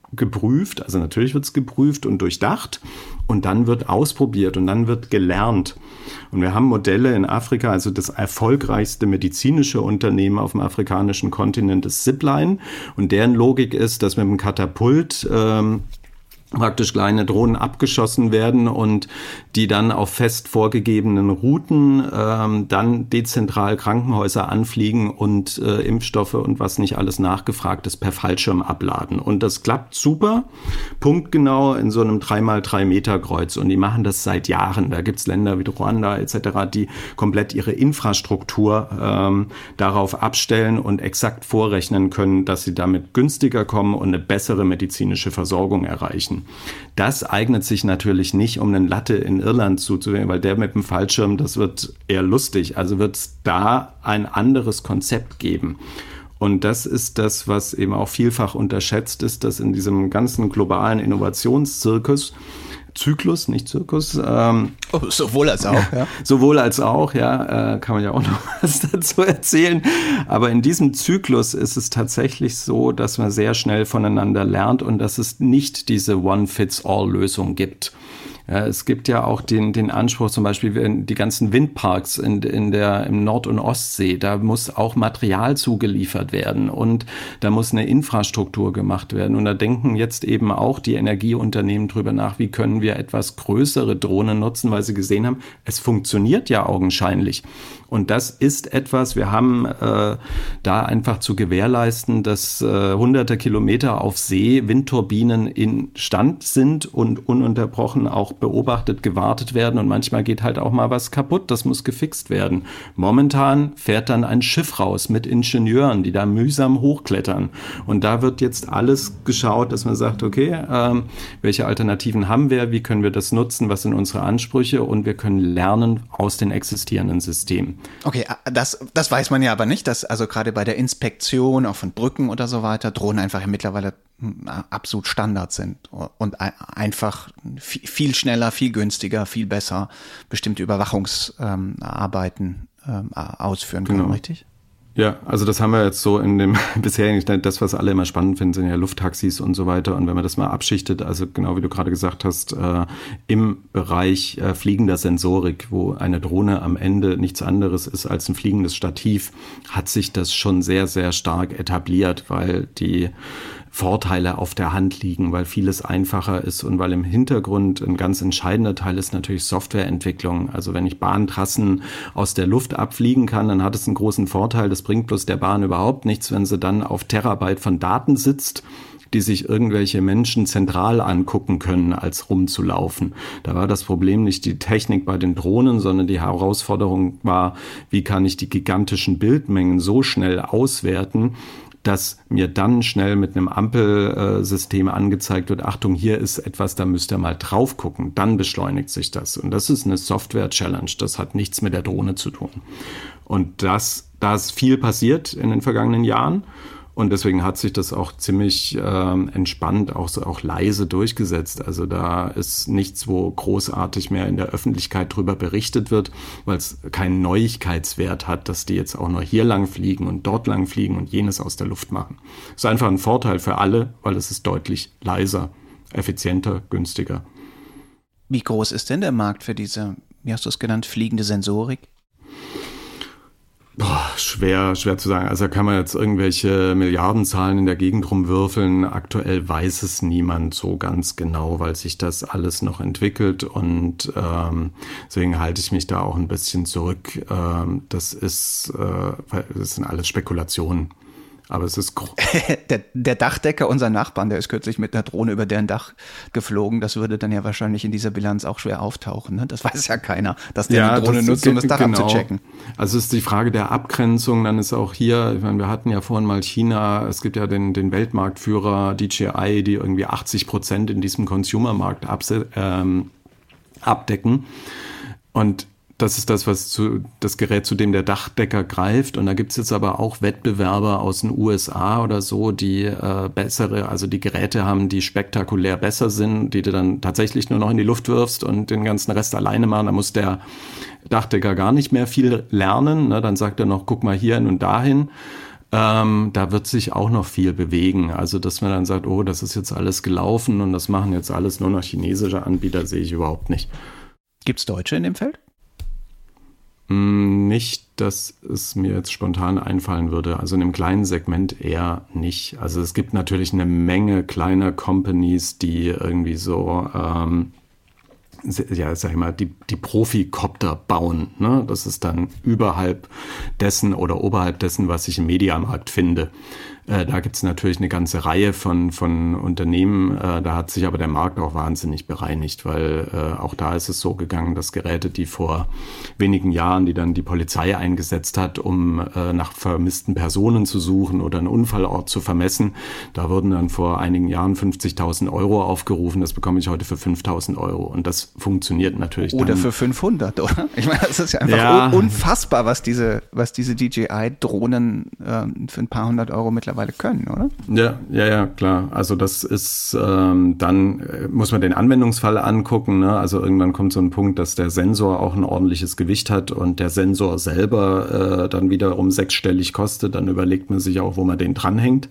geprüft, also natürlich wird es geprüft und durchdacht und dann wird ausprobiert und dann wird gelernt. Und wir haben Modelle in Afrika, also das erfolgreichste medizinische Unternehmen auf dem afrikanischen Kontinent ist Zipline und deren Logik ist, dass mit dem Katapult ähm, praktisch kleine Drohnen abgeschossen werden und die dann auf fest vorgegebenen Routen ähm, dann dezentral Krankenhäuser anfliegen und äh, Impfstoffe und was nicht alles nachgefragt ist, per Fallschirm abladen. Und das klappt super, punktgenau in so einem drei mal drei Meter Kreuz. Und die machen das seit Jahren. Da gibt's Länder wie Ruanda et cetera, die komplett ihre Infrastruktur ähm, darauf abstellen und exakt vorrechnen können, dass sie damit günstiger kommen und eine bessere medizinische Versorgung erreichen. Das eignet sich natürlich nicht, um einen Latte in Irland zuzuwählen, weil der mit dem Fallschirm, das wird eher lustig. Also wird es da ein anderes Konzept geben. Und das ist das, was eben auch vielfach unterschätzt ist, dass in diesem ganzen globalen Innovationszirkus Zyklus, nicht Zirkus. Ähm, oh, sowohl als auch, ja. Sowohl als auch, ja, äh, kann man ja auch noch was dazu erzählen. Aber in diesem Zyklus ist es tatsächlich so, dass man sehr schnell voneinander lernt und dass es nicht diese One-Fits-All-Lösung gibt. Ja, es gibt ja auch den, den Anspruch, zum Beispiel die ganzen Windparks in, in der, im Nord- und Ostsee, da muss auch Material zugeliefert werden und da muss eine Infrastruktur gemacht werden. Und da denken jetzt eben auch die Energieunternehmen drüber nach, wie können wir etwas größere Drohnen nutzen, weil sie gesehen haben, es funktioniert ja augenscheinlich. Und das ist etwas, wir haben äh, da einfach zu gewährleisten, dass äh, hunderte Kilometer auf See Windturbinen in Stand sind und ununterbrochen auch beobachtet, gewartet werden und manchmal geht halt auch mal was kaputt, das muss gefixt werden. Momentan fährt dann ein Schiff raus mit Ingenieuren, die da mühsam hochklettern und da wird jetzt alles geschaut, dass man sagt, okay, ähm, welche Alternativen haben wir, wie können wir das nutzen, was sind unsere Ansprüche und wir können lernen aus den existierenden Systemen. Okay, das, das weiß man ja aber nicht, dass also gerade bei der Inspektion auch von Brücken oder so weiter Drohnen einfach ja mittlerweile absolut Standard sind und einfach viel schneller, viel günstiger, viel besser bestimmte Überwachungsarbeiten ähm, ausführen können, genau. Richtig? Ja, also das haben wir jetzt so in dem bisherigen, das, was alle immer spannend finden, sind ja Lufttaxis und so weiter. Und wenn man das mal abschichtet, also genau wie du gerade gesagt hast, äh, im Bereich äh, fliegender Sensorik, wo eine Drohne am Ende nichts anderes ist als ein fliegendes Stativ, hat sich das schon sehr, sehr stark etabliert, weil die Vorteile auf der Hand liegen, weil vieles einfacher ist und weil im Hintergrund ein ganz entscheidender Teil ist natürlich Softwareentwicklung. Also wenn ich Bahntrassen aus der Luft abfliegen kann, dann hat es einen großen Vorteil. Das bringt bloß der Bahn überhaupt nichts, wenn sie dann auf Terabyte von Daten sitzt, die sich irgendwelche Menschen zentral angucken können, als rumzulaufen. Da war das Problem nicht die Technik bei den Drohnen, sondern die Herausforderung war, wie kann ich die gigantischen Bildmengen so schnell auswerten, dass mir dann schnell mit einem Ampelsystem angezeigt wird, Achtung, hier ist etwas, da müsst ihr mal drauf gucken, dann beschleunigt sich das. Und das ist eine Software-Challenge, das hat nichts mit der Drohne zu tun. Und das, da ist viel passiert in den vergangenen Jahren und deswegen hat sich das auch ziemlich äh, entspannt, auch, so, auch leise durchgesetzt. Also da ist nichts, wo großartig mehr in der Öffentlichkeit drüber berichtet wird, weil es keinen Neuigkeitswert hat, dass die jetzt auch noch hier lang fliegen und dort lang fliegen und jenes aus der Luft machen. Das ist einfach ein Vorteil für alle, weil es ist deutlich leiser, effizienter, günstiger. Wie groß ist denn der Markt für diese, wie hast du es genannt, fliegende Sensorik? Boah, schwer, schwer zu sagen. Also da kann man jetzt irgendwelche Milliardenzahlen in der Gegend rumwürfeln. Aktuell weiß es niemand so ganz genau, weil sich das alles noch entwickelt und ähm, deswegen halte ich mich da auch ein bisschen zurück. Ähm, das ist, äh, das sind alles Spekulationen. Aber es ist groß. der, der Dachdecker, unser Nachbarn, der ist kürzlich mit einer Drohne über deren Dach geflogen. Das würde dann ja wahrscheinlich in dieser Bilanz auch schwer auftauchen. Ne? Das weiß ja keiner, dass der ja, eine Drohne das nutzt, um das Dach genau. abzuchecken. Also es ist die Frage der Abgrenzung. Dann ist auch hier, ich meine, wir hatten ja vorhin mal China. Es gibt ja den, den Weltmarktführer D J I, die irgendwie achtzig Prozent in diesem Consumer-Markt abse- ähm, abdecken. Und das ist das, was zu, das Gerät, zu dem der Dachdecker greift. Und da gibt's jetzt aber auch Wettbewerber aus den U S A oder so, die äh, bessere, also die Geräte haben, die spektakulär besser sind, die du dann tatsächlich nur noch in die Luft wirfst und den ganzen Rest alleine machen. Da muss der Dachdecker gar nicht mehr viel lernen. Ne? Dann sagt er noch, guck mal hierhin und dahin. Ähm, da wird sich auch noch viel bewegen. Also, dass man dann sagt, oh, das ist jetzt alles gelaufen und das machen jetzt alles nur noch chinesische Anbieter, sehe ich überhaupt nicht. Gibt es Deutsche in dem Feld? Nicht, dass es mir jetzt spontan einfallen würde. Also in einem kleinen Segment eher nicht. Also es gibt natürlich eine Menge kleiner Companies, die irgendwie so, ähm, ja, sag ich mal, die, die Profikopter bauen. Ne? Das ist dann überhalb dessen oder oberhalb dessen, was ich im Mediamarkt finde. Äh, da gibt es natürlich eine ganze Reihe von, von Unternehmen. Äh, da hat sich aber der Markt auch wahnsinnig bereinigt, weil äh, auch da ist es so gegangen, dass Geräte, die vor wenigen Jahren, die dann die Polizei eingesetzt hat, um äh, nach vermissten Personen zu suchen oder einen Unfallort zu vermessen, da wurden dann vor einigen Jahren fünfzigtausend Euro aufgerufen. Das bekomme ich heute für fünftausend Euro. Und das funktioniert natürlich Oder dann. für fünfhundert, oder? Ich meine, das ist ja einfach ja. unfassbar, was diese, was diese D J I-Drohnen äh, für ein paar hundert Euro mittlerweile können, oder? Ja, ja, ja, klar. Also das ist, ähm, dann äh, muss man den Anwendungsfall angucken. Ne? Also irgendwann kommt so ein Punkt, dass der Sensor auch ein ordentliches Gewicht hat und der Sensor selber äh, dann wiederum sechsstellig kostet. Dann überlegt man sich auch, wo man den dranhängt.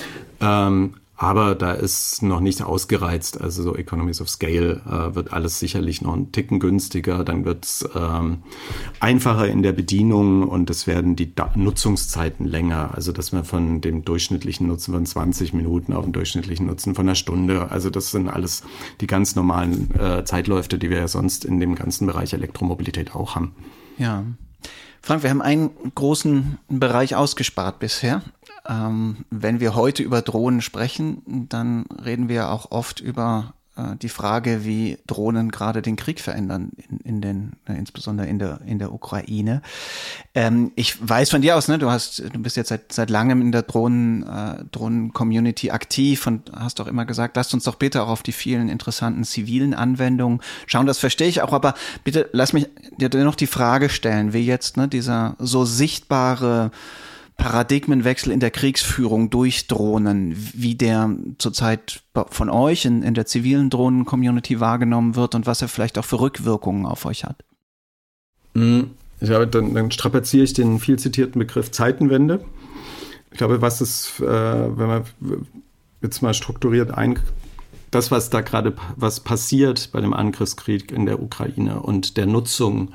Ähm, Aber da ist noch nicht ausgereizt. Also so Economies of Scale äh, wird alles sicherlich noch einen Ticken günstiger. Dann wird es ähm, einfacher in der Bedienung und es werden die da- Nutzungszeiten länger. Also dass man von dem durchschnittlichen Nutzen von zwanzig Minuten auf den durchschnittlichen Nutzen von einer Stunde. Also das sind alles die ganz normalen äh, Zeitläufe, die wir ja sonst in dem ganzen Bereich Elektromobilität auch haben. Ja. Frank, wir haben einen großen Bereich ausgespart bisher. Ähm, wenn wir heute über Drohnen sprechen, dann reden wir auch oft über äh, die Frage, wie Drohnen gerade den Krieg verändern, in, in den, äh, insbesondere in der in der Ukraine. Ähm, ich weiß von dir aus, ne, du hast, du bist jetzt seit seit langem in der Drohnen äh, Drohnen-Community aktiv und hast auch immer gesagt, lasst uns doch bitte auch auf die vielen interessanten zivilen Anwendungen schauen. Das verstehe ich auch, aber bitte lass mich dir noch die Frage stellen, wie jetzt ne dieser so sichtbare Paradigmenwechsel in der Kriegsführung durch Drohnen, wie der zurzeit von euch in, in der zivilen Drohnen-Community wahrgenommen wird und was er vielleicht auch für Rückwirkungen auf euch hat. Ich glaube, dann, dann strapaziere ich den viel zitierten Begriff Zeitenwende. Ich glaube, was ist, äh, wenn man jetzt mal strukturiert ein, das, was da gerade was passiert bei dem Angriffskrieg in der Ukraine und der Nutzung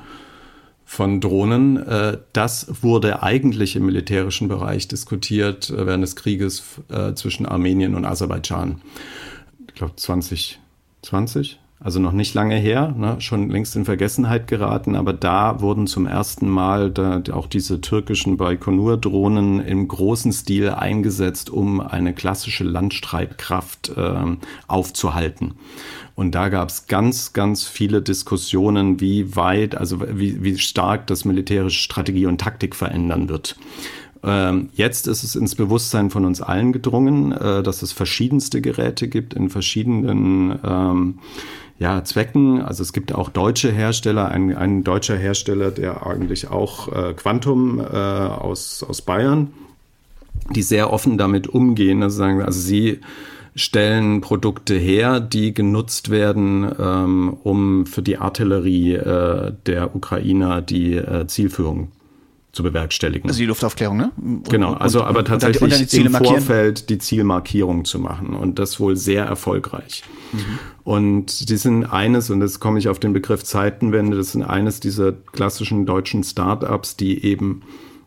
von Drohnen, äh, das wurde eigentlich im militärischen Bereich diskutiert äh, während des Krieges äh, zwischen Armenien und Aserbaidschan. Ich glaube zwanzig zwanzig, also noch nicht lange her, ne, schon längst in Vergessenheit geraten, aber da wurden zum ersten Mal da, auch diese türkischen Baikonur-Drohnen im großen Stil eingesetzt, um eine klassische Landstreitkraft äh, aufzuhalten. Und da gab es ganz, ganz viele Diskussionen, wie weit, also wie, wie stark das militärische Strategie und Taktik verändern wird. Ähm, jetzt ist es ins Bewusstsein von uns allen gedrungen, äh, dass es verschiedenste Geräte gibt in verschiedenen ähm, ja, Zwecken. Also es gibt auch deutsche Hersteller, ein, ein deutscher Hersteller, der eigentlich auch äh, Quantum äh, aus, aus Bayern, die sehr offen damit umgehen. Also sagen, also sie stellen Produkte her, die genutzt werden, ähm, um für die Artillerie äh, der Ukrainer die äh, Zielführung zu bewerkstelligen. Also die Luftaufklärung, ne? Und, genau, also und, aber und, tatsächlich und dann, und dann im markieren. Vorfeld die Zielmarkierung zu machen und das wohl sehr erfolgreich. Mhm. Und die sind eines, und jetzt komme ich auf den Begriff Zeitenwende, das sind eines dieser klassischen deutschen Start-ups, die eben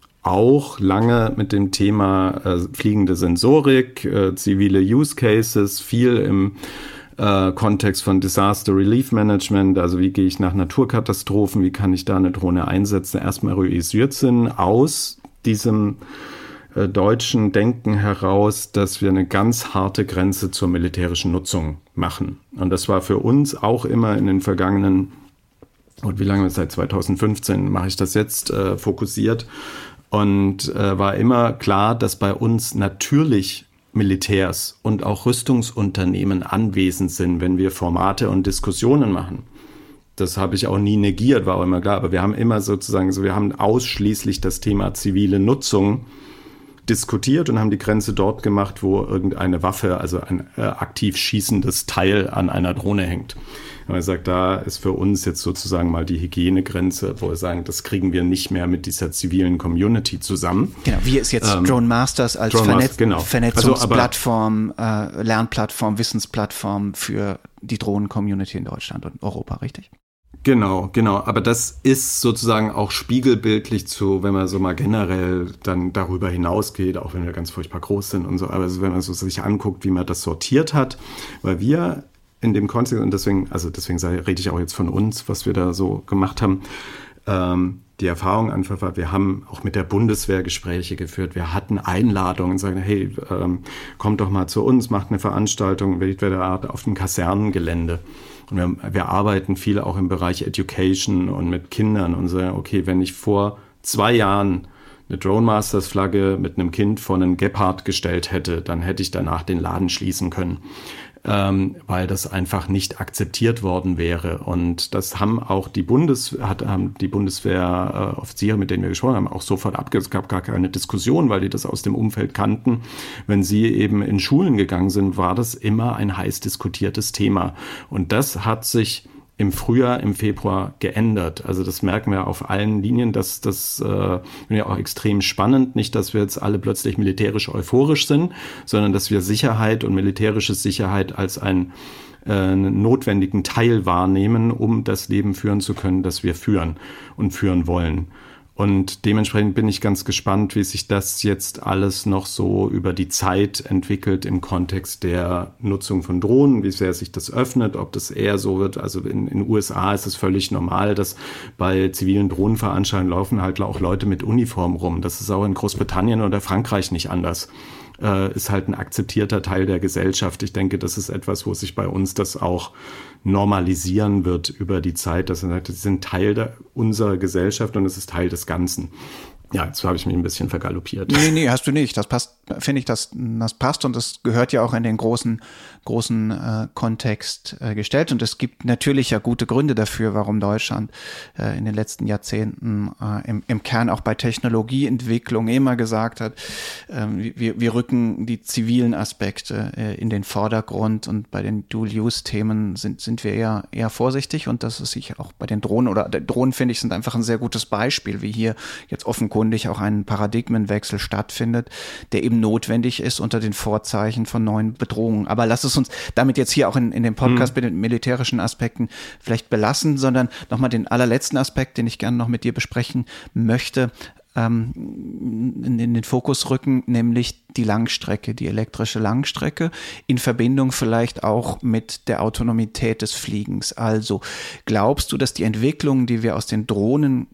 auch lange mit dem Thema äh, fliegende Sensorik, äh, zivile Use Cases, viel im äh, Kontext von Disaster Relief Management, also wie gehe ich nach Naturkatastrophen, wie kann ich da eine Drohne einsetzen, erstmal realisiert sind aus diesem äh, deutschen Denken heraus, dass wir eine ganz harte Grenze zur militärischen Nutzung machen. Und das war für uns auch immer in den vergangenen, und wie lange, seit zwanzig fünfzehn mache ich das jetzt, äh, fokussiert. Und äh, war immer klar, dass bei uns natürlich Militärs und auch Rüstungsunternehmen anwesend sind, wenn wir Formate und Diskussionen machen. Das habe ich auch nie negiert, war auch immer klar. Aber wir haben immer sozusagen, so wir haben ausschließlich das Thema zivile Nutzung diskutiert und haben die Grenze dort gemacht, wo irgendeine Waffe, also ein äh, aktiv schießendes Teil an einer Drohne hängt. Und er sagt, da ist für uns jetzt sozusagen mal die Hygienegrenze, wo wir sagen, das kriegen wir nicht mehr mit dieser zivilen Community zusammen. Genau, wie es jetzt ähm, Drone Masters als Drone Vernetz- Master, genau. Vernetzungsplattform, also, äh, Lernplattform, Wissensplattform für die Drohnen-Community in Deutschland und Europa, richtig? Genau, genau. Aber das ist sozusagen auch spiegelbildlich zu, wenn man so mal generell dann darüber hinausgeht, auch wenn wir ganz furchtbar groß sind und so, aber wenn man so sich anguckt, wie man das sortiert hat, weil wir in dem Kontext, und deswegen, also deswegen rede ich auch jetzt von uns, was wir da so gemacht haben, ähm, die Erfahrung einfach war, wir haben auch mit der Bundeswehr Gespräche geführt, wir hatten Einladungen, sagen, hey, ähm, kommt doch mal zu uns, macht eine Veranstaltung, welcher Art auf dem Kasernengelände. Und wir, wir arbeiten viel auch im Bereich Education und mit Kindern und sagen, okay, wenn ich vor zwei Jahren eine Drone Masters Flagge mit einem Kind vor einen Gepard gestellt hätte, dann hätte ich danach den Laden schließen können. Ähm, weil das einfach nicht akzeptiert worden wäre. Und das haben auch die Bundes, hat, haben die Bundeswehr-Offiziere, mit denen wir gesprochen haben, auch sofort abgegeben. Es gab gar keine Diskussion, weil die das aus dem Umfeld kannten. Wenn sie eben in Schulen gegangen sind, war das immer ein heiß diskutiertes Thema. Und das hat sich im Frühjahr, im Februar geändert. Also das merken wir auf allen Linien. Das das äh, ja auch extrem spannend. Nicht, dass wir jetzt alle plötzlich militärisch euphorisch sind, sondern dass wir Sicherheit und militärische Sicherheit als ein äh, einen notwendigen Teil wahrnehmen, um das Leben führen zu können, das wir führen und führen wollen. Und dementsprechend bin ich ganz gespannt, wie sich das jetzt alles noch so über die Zeit entwickelt im Kontext der Nutzung von Drohnen, wie sehr sich das öffnet, ob das eher so wird. Also in den U S A ist es völlig normal, dass bei zivilen Drohnenveranstaltungen laufen halt auch Leute mit Uniform rum. Das ist auch in Großbritannien oder Frankreich nicht anders. Äh, ist halt ein akzeptierter Teil der Gesellschaft. Ich denke, das ist etwas, wo sich bei uns das auch normalisieren wird über die Zeit. Das sind Teil der, unserer Gesellschaft und es ist Teil des Ganzen. Ja, jetzt habe ich mich ein bisschen vergaloppiert. Nee, nee, hast du nicht. Das passt, finde ich, das, das passt und das gehört ja auch in den großen, großen äh, Kontext äh, gestellt. Und es gibt natürlich ja gute Gründe dafür, warum Deutschland äh, in den letzten Jahrzehnten äh, im, im Kern auch bei Technologieentwicklung immer gesagt hat, äh, wir, wir rücken die zivilen Aspekte äh, in den Vordergrund und bei den Dual-Use-Themen sind, sind wir eher, eher vorsichtig und das ist sicher auch bei den Drohnen oder Drohnen, finde ich, sind einfach ein sehr gutes Beispiel, wie hier jetzt offenkundig auch ein Paradigmenwechsel stattfindet, der eben notwendig ist unter den Vorzeichen von neuen Bedrohungen. Aber lass es uns damit jetzt hier auch in, in dem Podcast mhm. mit den militärischen Aspekten vielleicht belassen, sondern nochmal den allerletzten Aspekt, den ich gerne noch mit dir besprechen möchte, ähm, in, in den Fokus rücken, nämlich die Langstrecke, die elektrische Langstrecke in Verbindung vielleicht auch mit der Autonomität des Fliegens. Also glaubst du, dass die Entwicklungen, die wir aus den Drohnen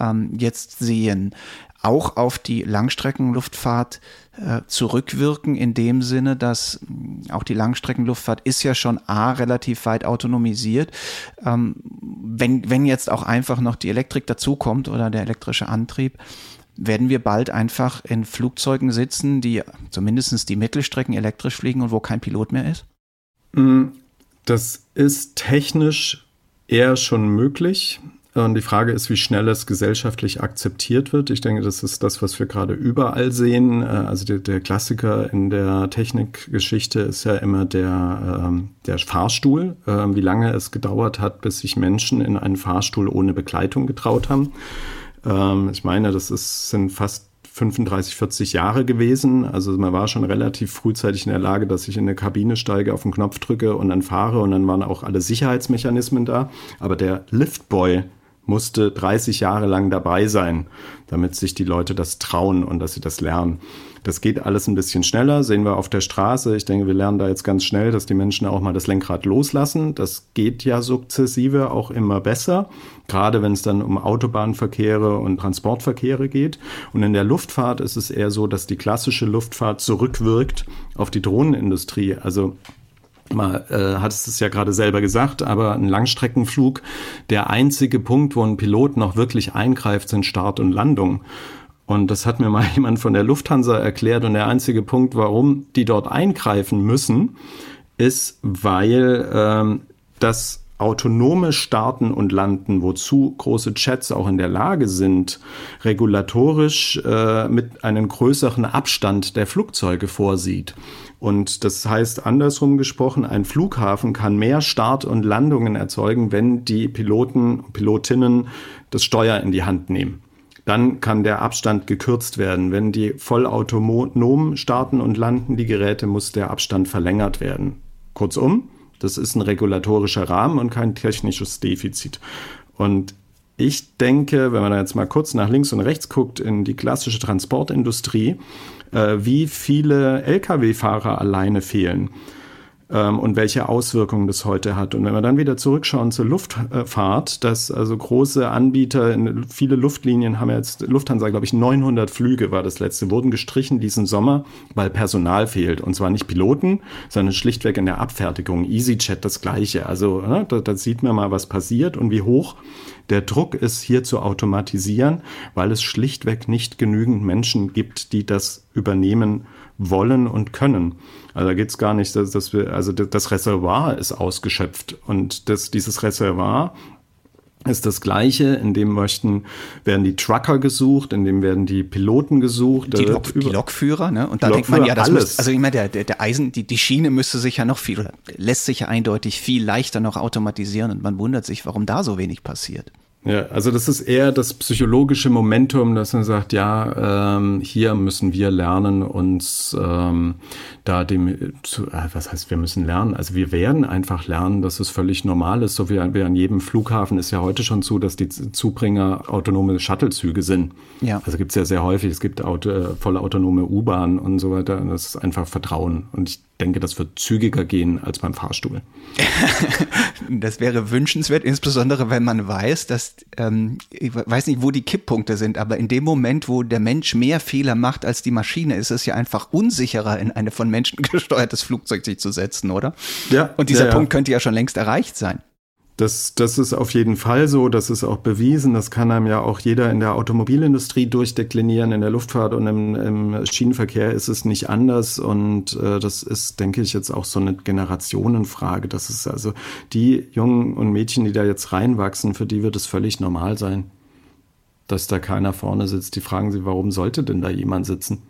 jetzt sehen, auch auf die Langstreckenluftfahrt äh, zurückwirken, in dem Sinne, dass auch die Langstreckenluftfahrt ist ja schon A, relativ weit autonomisiert. Ähm, wenn, wenn jetzt auch einfach noch die Elektrik dazukommt oder der elektrische Antrieb, werden wir bald einfach in Flugzeugen sitzen, die zumindest die Mittelstrecken elektrisch fliegen und wo kein Pilot mehr ist? Das ist technisch eher schon möglich. Und die Frage ist, wie schnell es gesellschaftlich akzeptiert wird. Ich denke, das ist das, was wir gerade überall sehen. Also der, der Klassiker in der Technikgeschichte ist ja immer der, ähm, der Fahrstuhl. Ähm, wie lange es gedauert hat, bis sich Menschen in einen Fahrstuhl ohne Begleitung getraut haben. Ähm, ich meine, das ist, sind fast fünfunddreißig, vierzig Jahre gewesen. Also man war schon relativ frühzeitig in der Lage, dass ich in eine Kabine steige, auf den Knopf drücke und dann fahre. Und dann waren auch alle Sicherheitsmechanismen da. Aber der Liftboy musste dreißig Jahre lang dabei sein, damit sich die Leute das trauen und dass sie das lernen. Das geht alles ein bisschen schneller, sehen wir auf der Straße. Ich denke, wir lernen da jetzt ganz schnell, dass die Menschen auch mal das Lenkrad loslassen. Das geht ja sukzessive auch immer besser, gerade wenn es dann um Autobahnverkehre und Transportverkehre geht. Und in der Luftfahrt ist es eher so, dass die klassische Luftfahrt zurückwirkt auf die Drohnenindustrie. Also Mal äh, hattest es ja gerade selber gesagt, aber ein Langstreckenflug, der einzige Punkt, wo ein Pilot noch wirklich eingreift, sind Start und Landung. Und das hat mir mal jemand von der Lufthansa erklärt. Und der einzige Punkt, warum die dort eingreifen müssen, ist, weil ähm, das autonome Starten und Landen, wozu große Jets auch in der Lage sind, regulatorisch äh, mit einem größeren Abstand der Flugzeuge vorsieht. Und das heißt, andersrum gesprochen, ein Flughafen kann mehr Start- und Landungen erzeugen, wenn die Piloten und Pilotinnen das Steuer in die Hand nehmen. Dann kann der Abstand gekürzt werden. Wenn die vollautonom starten und landen, die Geräte, muss der Abstand verlängert werden. Kurzum, das ist ein regulatorischer Rahmen und kein technisches Defizit. Und ich denke, wenn man da jetzt mal kurz nach links und rechts guckt in die klassische Transportindustrie, äh, wie viele L K W-Fahrer alleine fehlen ähm, und welche Auswirkungen das heute hat. Und wenn wir dann wieder zurückschauen zur Luftfahrt, dass also große Anbieter, viele Luftlinien haben jetzt, Lufthansa, glaube ich, neunhundert Flüge war das letzte, wurden gestrichen diesen Sommer, weil Personal fehlt. Und zwar nicht Piloten, sondern schlichtweg in der Abfertigung. EasyJet das Gleiche. Also ne, da, da sieht man mal, was passiert und wie hoch der Druck ist, hier zu automatisieren, weil es schlichtweg nicht genügend Menschen gibt, die das übernehmen wollen und können. Also da geht es gar nicht, dass, dass wir, also das Reservoir ist ausgeschöpft und das, dieses Reservoir ist das Gleiche, in dem möchten, werden die Trucker gesucht, in dem werden die Piloten gesucht. Die, Lok, die Lokführer, ne? Und da denkt man ja, das müsste, also ich meine, der, der, der Eisen, die, die Schiene müsste sich ja noch viel, oder lässt sich ja eindeutig viel leichter noch automatisieren und man wundert sich, warum da so wenig passiert. Ja, also das ist eher das psychologische Momentum, dass man sagt, ja, ähm, hier müssen wir lernen, uns ähm, da dem, zu, äh, was heißt, wir müssen lernen? Also wir werden einfach lernen, dass es völlig normal ist. So wie an jedem Flughafen ist ja heute schon zu, dass die Zubringer autonome Shuttlezüge sind. Ja. Also gibt es ja sehr häufig. Es gibt Auto, voll autonome U-Bahn und so weiter. Und das ist einfach Vertrauen. Und ich denke, das wird zügiger gehen als beim Fahrstuhl. Das wäre wünschenswert, insbesondere wenn man weiß, dass, ähm, ich weiß nicht, wo die Kipppunkte sind, aber in dem Moment, wo der Mensch mehr Fehler macht als die Maschine, ist es ja einfach unsicherer, in eine von Menschen gesteuertes Flugzeug sich zu setzen, oder? Ja. Und dieser ja, ja. Punkt könnte ja schon längst erreicht sein. Das, das ist auf jeden Fall so, das ist auch bewiesen, das kann einem ja auch jeder in der Automobilindustrie durchdeklinieren, in der Luftfahrt und im, im Schienenverkehr ist es nicht anders und äh, das ist, denke ich, jetzt auch so eine Generationenfrage, das ist also die Jungen und Mädchen, die da jetzt reinwachsen, für die wird es völlig normal sein, dass da keiner vorne sitzt, die fragen sich, warum sollte denn da jemand sitzen?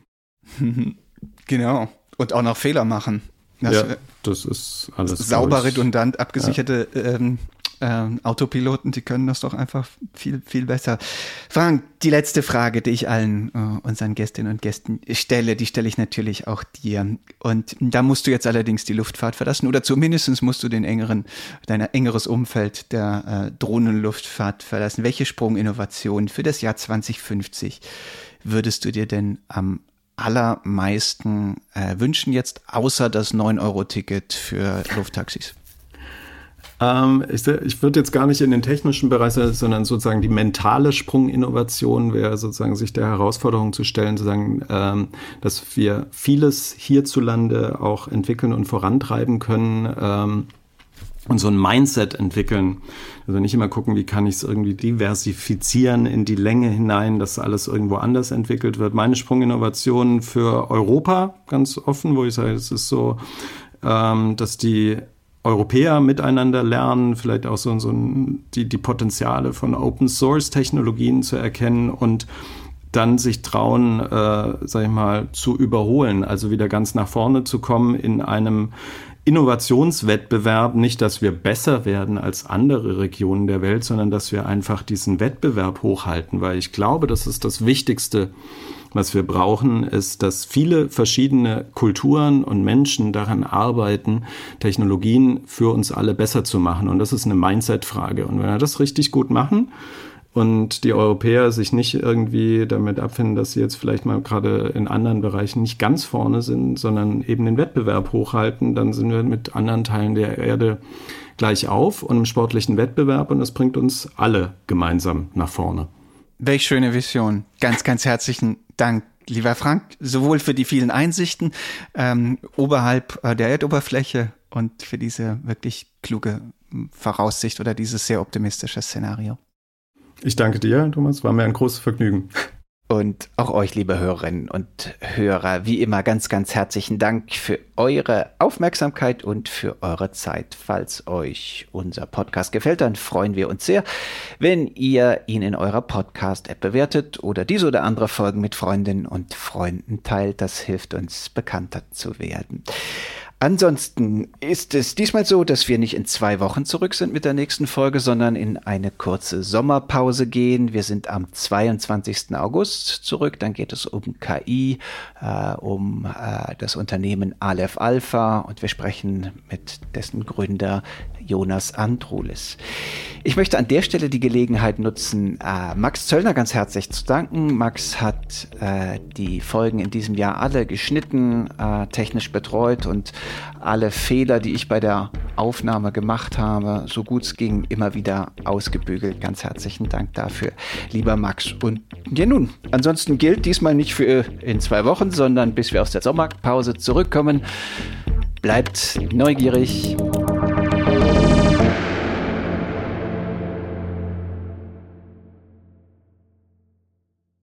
Genau, und auch noch Fehler machen. Das, ja, das ist alles sauber, redundant, abgesicherte ja. ähm, ähm, Autopiloten, die können das doch einfach viel, viel besser. Frank, die letzte Frage, die ich allen äh, unseren Gästinnen und Gästen stelle, die stelle ich natürlich auch dir. Und da musst du jetzt allerdings die Luftfahrt verlassen oder zumindest musst du den engeren, dein engeres Umfeld der äh, Drohnenluftfahrt verlassen. Welche Sprunginnovation für das Jahr zwanzig fünfzig würdest du dir denn am allermeisten äh, wünschen jetzt, außer das neun Euro Ticket für Lufttaxis? Ähm, ich ich würde jetzt gar nicht in den technischen Bereich, sondern sozusagen die mentale Sprunginnovation wäre sozusagen, sich der Herausforderung zu stellen, zu sagen, ähm, dass wir vieles hierzulande auch entwickeln und vorantreiben können, ähm, und so ein Mindset entwickeln. Also nicht immer gucken, wie kann ich es irgendwie diversifizieren in die Länge hinein, dass alles irgendwo anders entwickelt wird. Meine Sprunginnovation für Europa, ganz offen, wo ich sage, es ist so, ähm, dass die Europäer miteinander lernen, vielleicht auch so, so die, die Potenziale von Open-Source-Technologien zu erkennen und dann sich trauen, äh, sag ich mal, zu überholen, also wieder ganz nach vorne zu kommen in einem Innovationswettbewerb, nicht, dass wir besser werden als andere Regionen der Welt, sondern dass wir einfach diesen Wettbewerb hochhalten, weil ich glaube, das ist das Wichtigste, was wir brauchen, ist, dass viele verschiedene Kulturen und Menschen daran arbeiten, Technologien für uns alle besser zu machen. Und das ist eine Mindset-Frage. Und wenn wir das richtig gut machen, und die Europäer sich nicht irgendwie damit abfinden, dass sie jetzt vielleicht mal gerade in anderen Bereichen nicht ganz vorne sind, sondern eben den Wettbewerb hochhalten, dann sind wir mit anderen Teilen der Erde gleich auf und im sportlichen Wettbewerb und das bringt uns alle gemeinsam nach vorne. Welch schöne Vision. Ganz, ganz herzlichen Dank, lieber Frank, sowohl für die vielen Einsichten ähm, oberhalb äh, der Erdoberfläche und für diese wirklich kluge Voraussicht oder dieses sehr optimistische Szenario. Ich danke dir, Thomas. War mir ein großes Vergnügen. Und auch euch, liebe Hörerinnen und Hörer, wie immer ganz, ganz herzlichen Dank für eure Aufmerksamkeit und für eure Zeit. Falls euch unser Podcast gefällt, dann freuen wir uns sehr, wenn ihr ihn in eurer Podcast-App bewertet oder diese oder andere Folgen mit Freundinnen und Freunden teilt. Das hilft uns, bekannter zu werden. Ansonsten ist es diesmal so, dass wir nicht in zwei Wochen zurück sind mit der nächsten Folge, sondern in eine kurze Sommerpause gehen. Wir sind am zweiundzwanzigsten August zurück. Dann geht es um K I, äh, um äh, das Unternehmen Aleph Alpha und wir sprechen mit dessen Gründer Jonas Androulis. Ich möchte an der Stelle die Gelegenheit nutzen, äh, Max Zöllner ganz herzlich zu danken. Max hat äh, die Folgen in diesem Jahr alle geschnitten, äh, technisch betreut und alle Fehler, die ich bei der Aufnahme gemacht habe, so gut es ging, immer wieder ausgebügelt. Ganz herzlichen Dank dafür, lieber Max. Und ja nun, ansonsten gilt diesmal nicht für in zwei Wochen, sondern bis wir aus der Sommerpause zurückkommen. Bleibt neugierig.